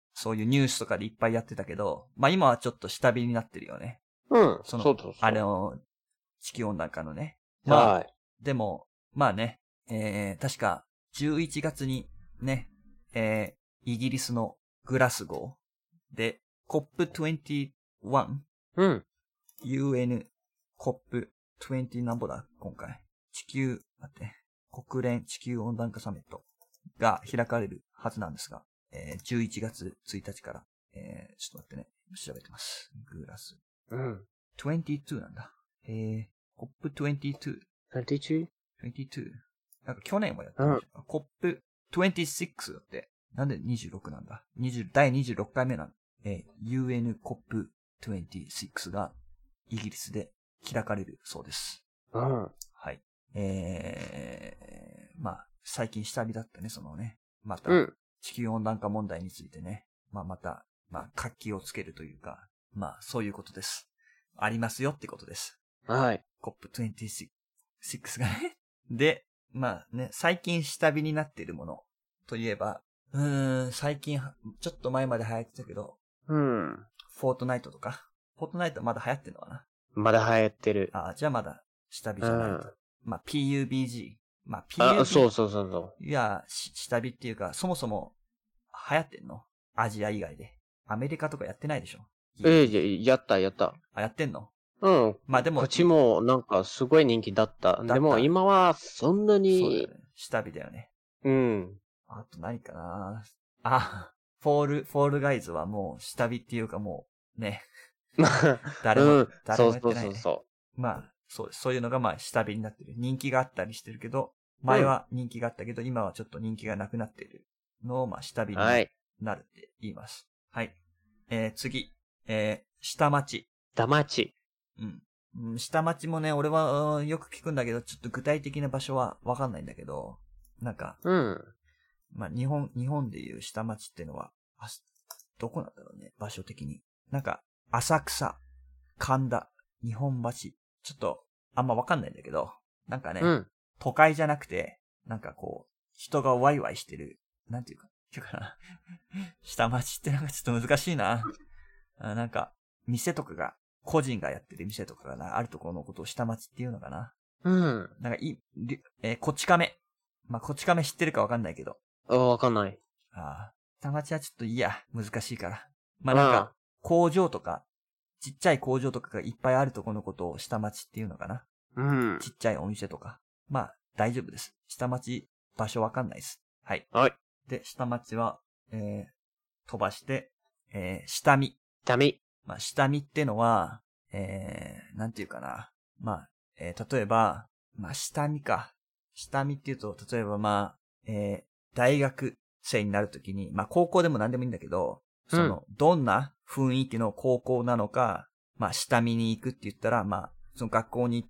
そういうニュースとかでいっぱいやってたけど、まあ今はちょっと下火になってるよね。 うん。 その、 そうそうそう。 あれの、地球温暖化のね。 まあ、はい、 でも、まあね、えー、確かじゅういちがつにね、えー、イギリスのグラスゴーで コップにじゅういち? うん。 ユーエヌ コップにじゅうなんぼだ今回。地球、待って、国連地球温暖化サミットが開かれるはずなんですが、えー、じゅういちがつついたちから、えー、ちょっと待ってね、調べてます。グラス。 うん。 にじゅうになんだ。えー、コップにじゅうに。 にじゅうに? にじゅうに。なんか去年はやってました。うん、コップにじゅうろくだって。なんでにじゅうろくなんだ。にじゅうだいにじゅうろっかいめなんだ。えー、ユーエヌ コップにじゅうろくがイギリスで開かれるそうです。 うん。 はい。えー、まあ、最近下火だったね、そのね。また、地球温暖化問題についてね。まあまた、まあ、活気をつけるというか、まあ、そういうことです。ありますよってことです。 はい。 コップにじゅうろくがね。で、まあね、最近下火になっているものといえば、うーん、最近、ちょっと前まで流行ってたけど、 うん。 フォートナイトとか。フォートナイトまだ流行ってんのかな？ まだ流行ってる。 ああ、じゃあまだ下火じゃないと。うん、まあ ピーユービージー。まあ ピーユービージー。 あ、そうそうそうそう。 いや、下火っていうか、そもそも流行ってんの？アジア以外で。アメリカとかやってないでしょ？ ええ、やったやった。 あ、やってんの？ うん。まあでも。こっちもなんかすごい人気だった。だったでも今はそんなに。 そうだよね。下火だよね。 うん。 あと何かなあ、フォール、フォールガイズはもう下火っていうかもうね。誰も、うん、誰もやってない、ね。そうそうそうそう。まあ、そうです。そういうのがまあ下火になってる。人気があったりしてるけど、前は人気があったけど、うん、今はちょっと人気がなくなっているのをまあ下火になるって言います。はい。はい、えー、次。えー、下町。 下町。 うん。下町もね、俺はよく聞くんだけど、ちょっと具体的な場所はわかんないんだけど、なんか、 うん。 まあ、日本、日本でいう下町っていうのは、あ、どこなんだろうね、場所的に。なんか、浅草、神田、日本橋。ちょっと、あんまわかんないんだけど、なんかね、うん、都会じゃなくて、なんかこう、人がワイワイしてる、なんていうか、っていうかな。下町ってなんかちょっと難しいな。あ、なんか、店とかが、個人がやってる店とかがな、あるところのことを下町っていうのかな。 うん。 なんかいい、えー、こち亀。まあ、こち亀知ってるかわかんないけど。 ああ、わかんない。 ああ。下町はちょっといいや、難しいから。まあ、なんか、工場とか、ちっちゃい工場とかがいっぱいあるところのことを下町っていうのかな。 うん。 ちっちゃいお店とか。まあ、大丈夫です。下町、場所わかんないです。はい。 はい。 で、下町は、えー、飛ばして、えー、下見。 下見。 まあ、下見ってのは、えー、なんていうかな。まあ、えー、例えば、まあ、下見か。下見っていうと、例えばまあ、えー、大学生になるときに、まあ、高校でも何でもいいんだけど、その、うん、どんな雰囲気の高校なのか、まあ、下見に行くって言ったら、まあ、その学校に行って、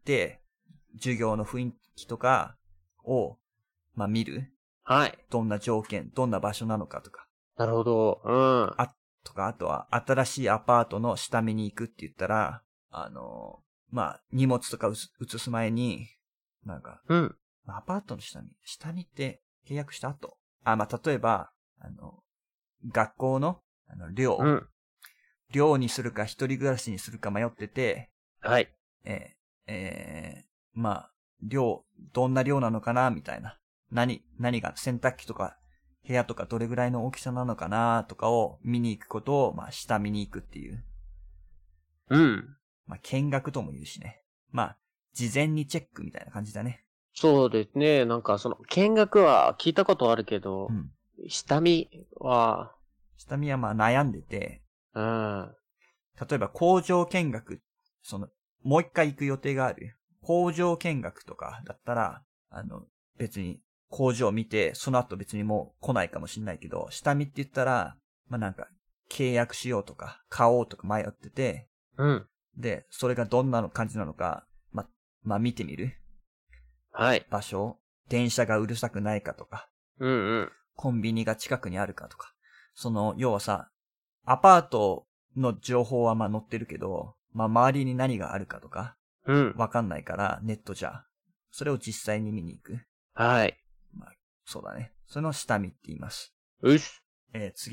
授業の雰囲気とかを、まあ、見る。 はい。 どんな条件、どんな場所なのかとか。 なるほど。うん。 あ、とか、あとは、新しいアパートの下見に行くって言ったら、あの、まあ、荷物とか移す前に、なんか、 うん。 アパートの下見、下見って契約した後。あ、まあ、例えば、あの、学校の、あの、寮。 うん。 寮にするか一人暮らしにするか迷ってて。 はい。 えー、えー、まあ、寮、どんな寮なのかなみたいな。何、何が、洗濯機とか、部屋とかどれぐらいの大きさなのかなとかを見に行くことを、まあ、下見に行くっていう。 うん。 まあ、見学とも言うしね。まあ、事前にチェックみたいな感じだね。 そうですね。なんかその、見学は聞いたことあるけど、うん、下見は、 下見はまあ悩んでて、 うん。 例えば工場見学、その、もう一回行く予定がある。工場見学とかだったら、あの、別に工場を見て、その後別にもう来ないかもしれないけど、下見って言ったら、まあなんか、契約しようとか、買おうとか迷ってて、 うん。 で、それがどんな感じなのか、ま、まあ見てみる。 はい。 場所、電車がうるさくないかとか、 うんうん。 コンビニが近くにあるかとか、その、要はさ、アパートの情報はまあ載ってるけど、まあ周りに何があるかとか、 うん。 わかんないから、ネットじゃ。それを実際に見に行く。 はい。 まあ、そうだね。その下見って言います。 うっす。 えー、次。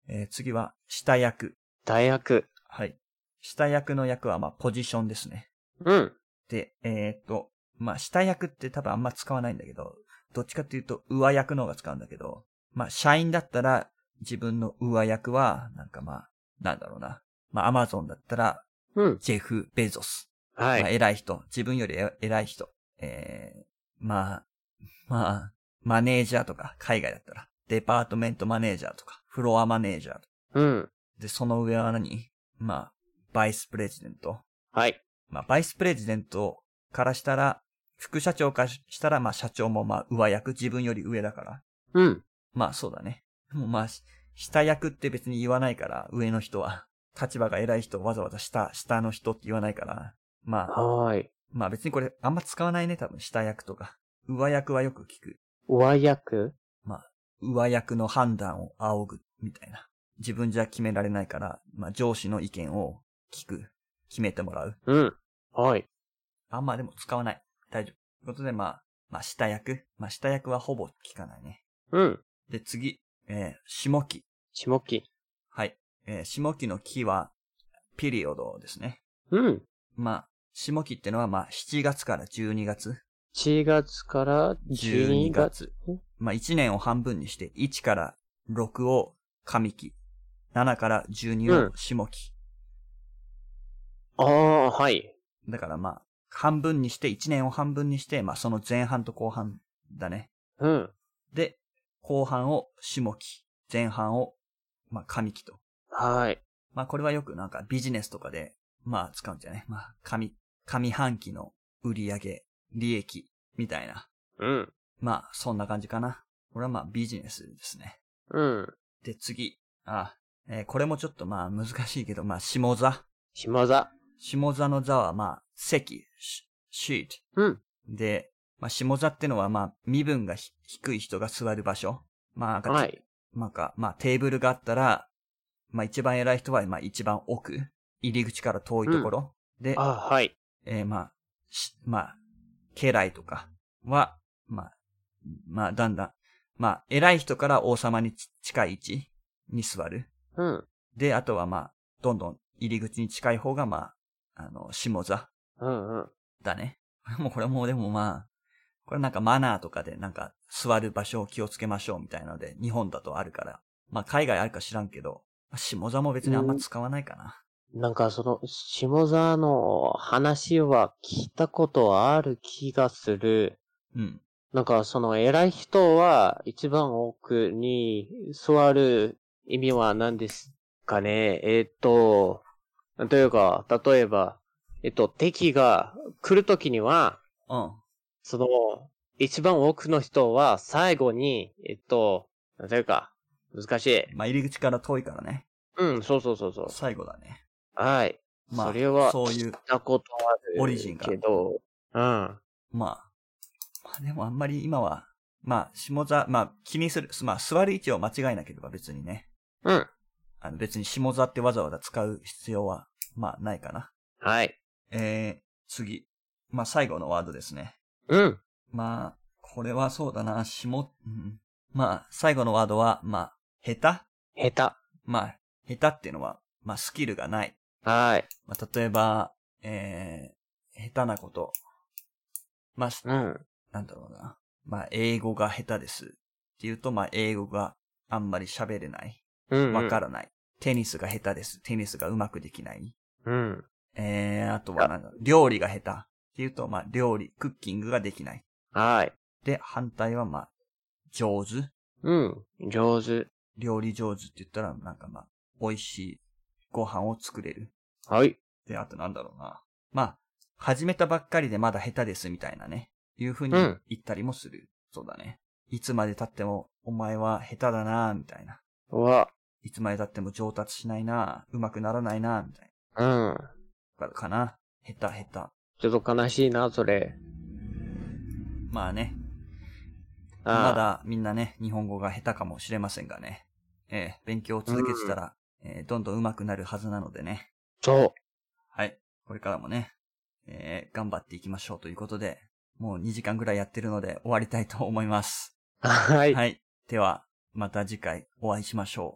えー、次は、下役。 下役。 はい。下役の役は、まあ、ポジションですね。 うん。 で、えー、っと、まあ、下役って多分あんま使わないんだけど、どっちかっていうと、上役の方が使うんだけど、まあ、社員だったら、自分の上役は、なんかまあ、なんだろうな。まあ、アマゾンだったら、 うん。 ジェフ・ベゾス。 はい。 まあ、偉い人。自分より偉い人。えー、まあ、まあ、マネージャーとか、海外だったら、デパートメントマネージャーとか、フロアマネージャーとか。 うん。 で、その上は何？まあ、バイスプレジデント。 はい。 まあ、バイスプレジデントからしたら、副社長からしたら、まあ、社長もまあ、上役、自分より上だから。 うん。 まあ、そうだね。もうまあ、下役って別に言わないから、上の人は。立場が偉い人、わざわざ下、下の人って言わないから。まあ、 はい。 まあ別にこれ、あんま使わないね、多分、下役とか。上役はよく聞く。 上役？ まあ、上役の判断を仰ぐ、みたいな。自分じゃ決められないから、まあ上司の意見を聞く。決めてもらう。 うん。はい。 あんまでも使わない。大丈夫。ということで、まあ、まあ下役。まあ下役はほぼ聞かないね。 うん。 で、次、えー、下期。 下期。 はい。えー、下期の期は、ピリオドですね。 うん。 まあ、下期ってのは、まあ、しちがつからじゅうにがつ。 しちがつからじゅうにがつ。 まあ、いちねんを半分にして、いちからろくを上期、ななからじゅうにを下期。 うん、ああ、はい。 だからまあ、半分にして、いちねんを半分にして、まあ、その前半と後半だね。 うん。 で、後半を下期、前半を、まあ、上期と。 はい。 まあ、これはよくなんかビジネスとかで、まあ、使うんじゃない？まあ、上、上半期の売上、利益、みたいな。 うん。 まあ、そんな感じかな。これはまあ、ビジネスですね。 うん。 で、次。あ、えー、これもちょっとまあ、難しいけど、まあ、下座。 下座。 下座の座はまあ、席、シート。 うん。 で、まあ、下座ってのはまあ、身分が低い人が座る場所。まあ、 はい。 なんか、まあ、テーブルがあったら、まあ、一番偉い人はまあ、一番奥。入り口から遠いところ。うん、で、 あ、はい。 えー、まあ、まあ、家来とかは、まあ、まあ、だんだん、まあ、偉い人から王様に近い位置に座る。 うん。 で、あとはまあ、どんどん入り口に近い方がまあ、あの、下座。 うんうん。 だね。もうこれもでもまあ、これなんかマナーとかでなんか座る場所を気をつけましょうみたいなので、日本だとあるから。まあ海外あるか知らんけど、下座も別にあんま使わないかな。 うん、なんかその、下座の話は聞いたことある気がする。 うん。 なんかその偉い人は一番奥に座る意味は何ですかね。えっと、というか、例えば、えっと、敵が来るときには、 うん。 その、一番奥の人は最後に、えっと、なんというか、難しい。 まあ入り口から遠いからね。 うん、そうそうそうそう。 最後だね。 はい。まあ、それは、そういう、聞いたことある。オリジンが。けど、うん。 まあ、まあでもあんまり今は、まあ、下座、まあ気にする、まあ座る位置を間違えなければ別にね。 うん。 あの別に下座ってわざわざ使う必要は、まあないかな。 はい。 えー、次。まあ最後のワードですね。 うん。 まあ、これはそうだな、下、うん、まあ、最後のワードは、まあ、下手下手。 まあ、下手っていうのは、まあ、スキルがない。 はい。 まあ、例えば、えー、下手なこと。まあ、 うん。 なんだろうな。まあ、英語が下手です。っていうと、まあ、英語があんまり喋れない。 うん、うん。 わからない。テニスが下手です。テニスがうまくできない。 うん。 えー、あとはなんだろう、料理が下手。っていうと、まあ、料理、クッキングができない。 はい。 で、反対はまあ、上手。 うん、上手。 料理上手って言ったら、なんかまあ、美味しいご飯を作れる。 はい。 で、あとなんだろうな。まあ、始めたばっかりでまだ下手ですみたいなね。いう風に言ったりもする。うん、そうだね。いつまで経っても、お前は下手だなみたいな。 うわ。 いつまで経っても上達しないな上手くならないなみたいな。 うん。かな。下手下手。ちょっと悲しいな、それ。 まあね。あまだみんなね、日本語が下手かもしれませんがね。えー、勉強を続けてたら、うんえー、どんどん上手くなるはずなのでね。 そう。 はい。これからもね、えー、頑張っていきましょうということで、もうにじかんぐらいやってるので終わりたいと思います。 はい。 はい。では、また次回お会いしましょう。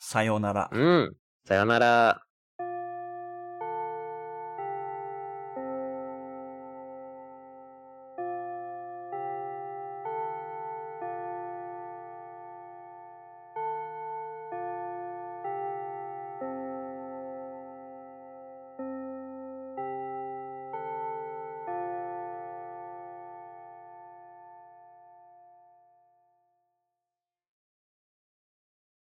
さようなら。 うん。さようなら。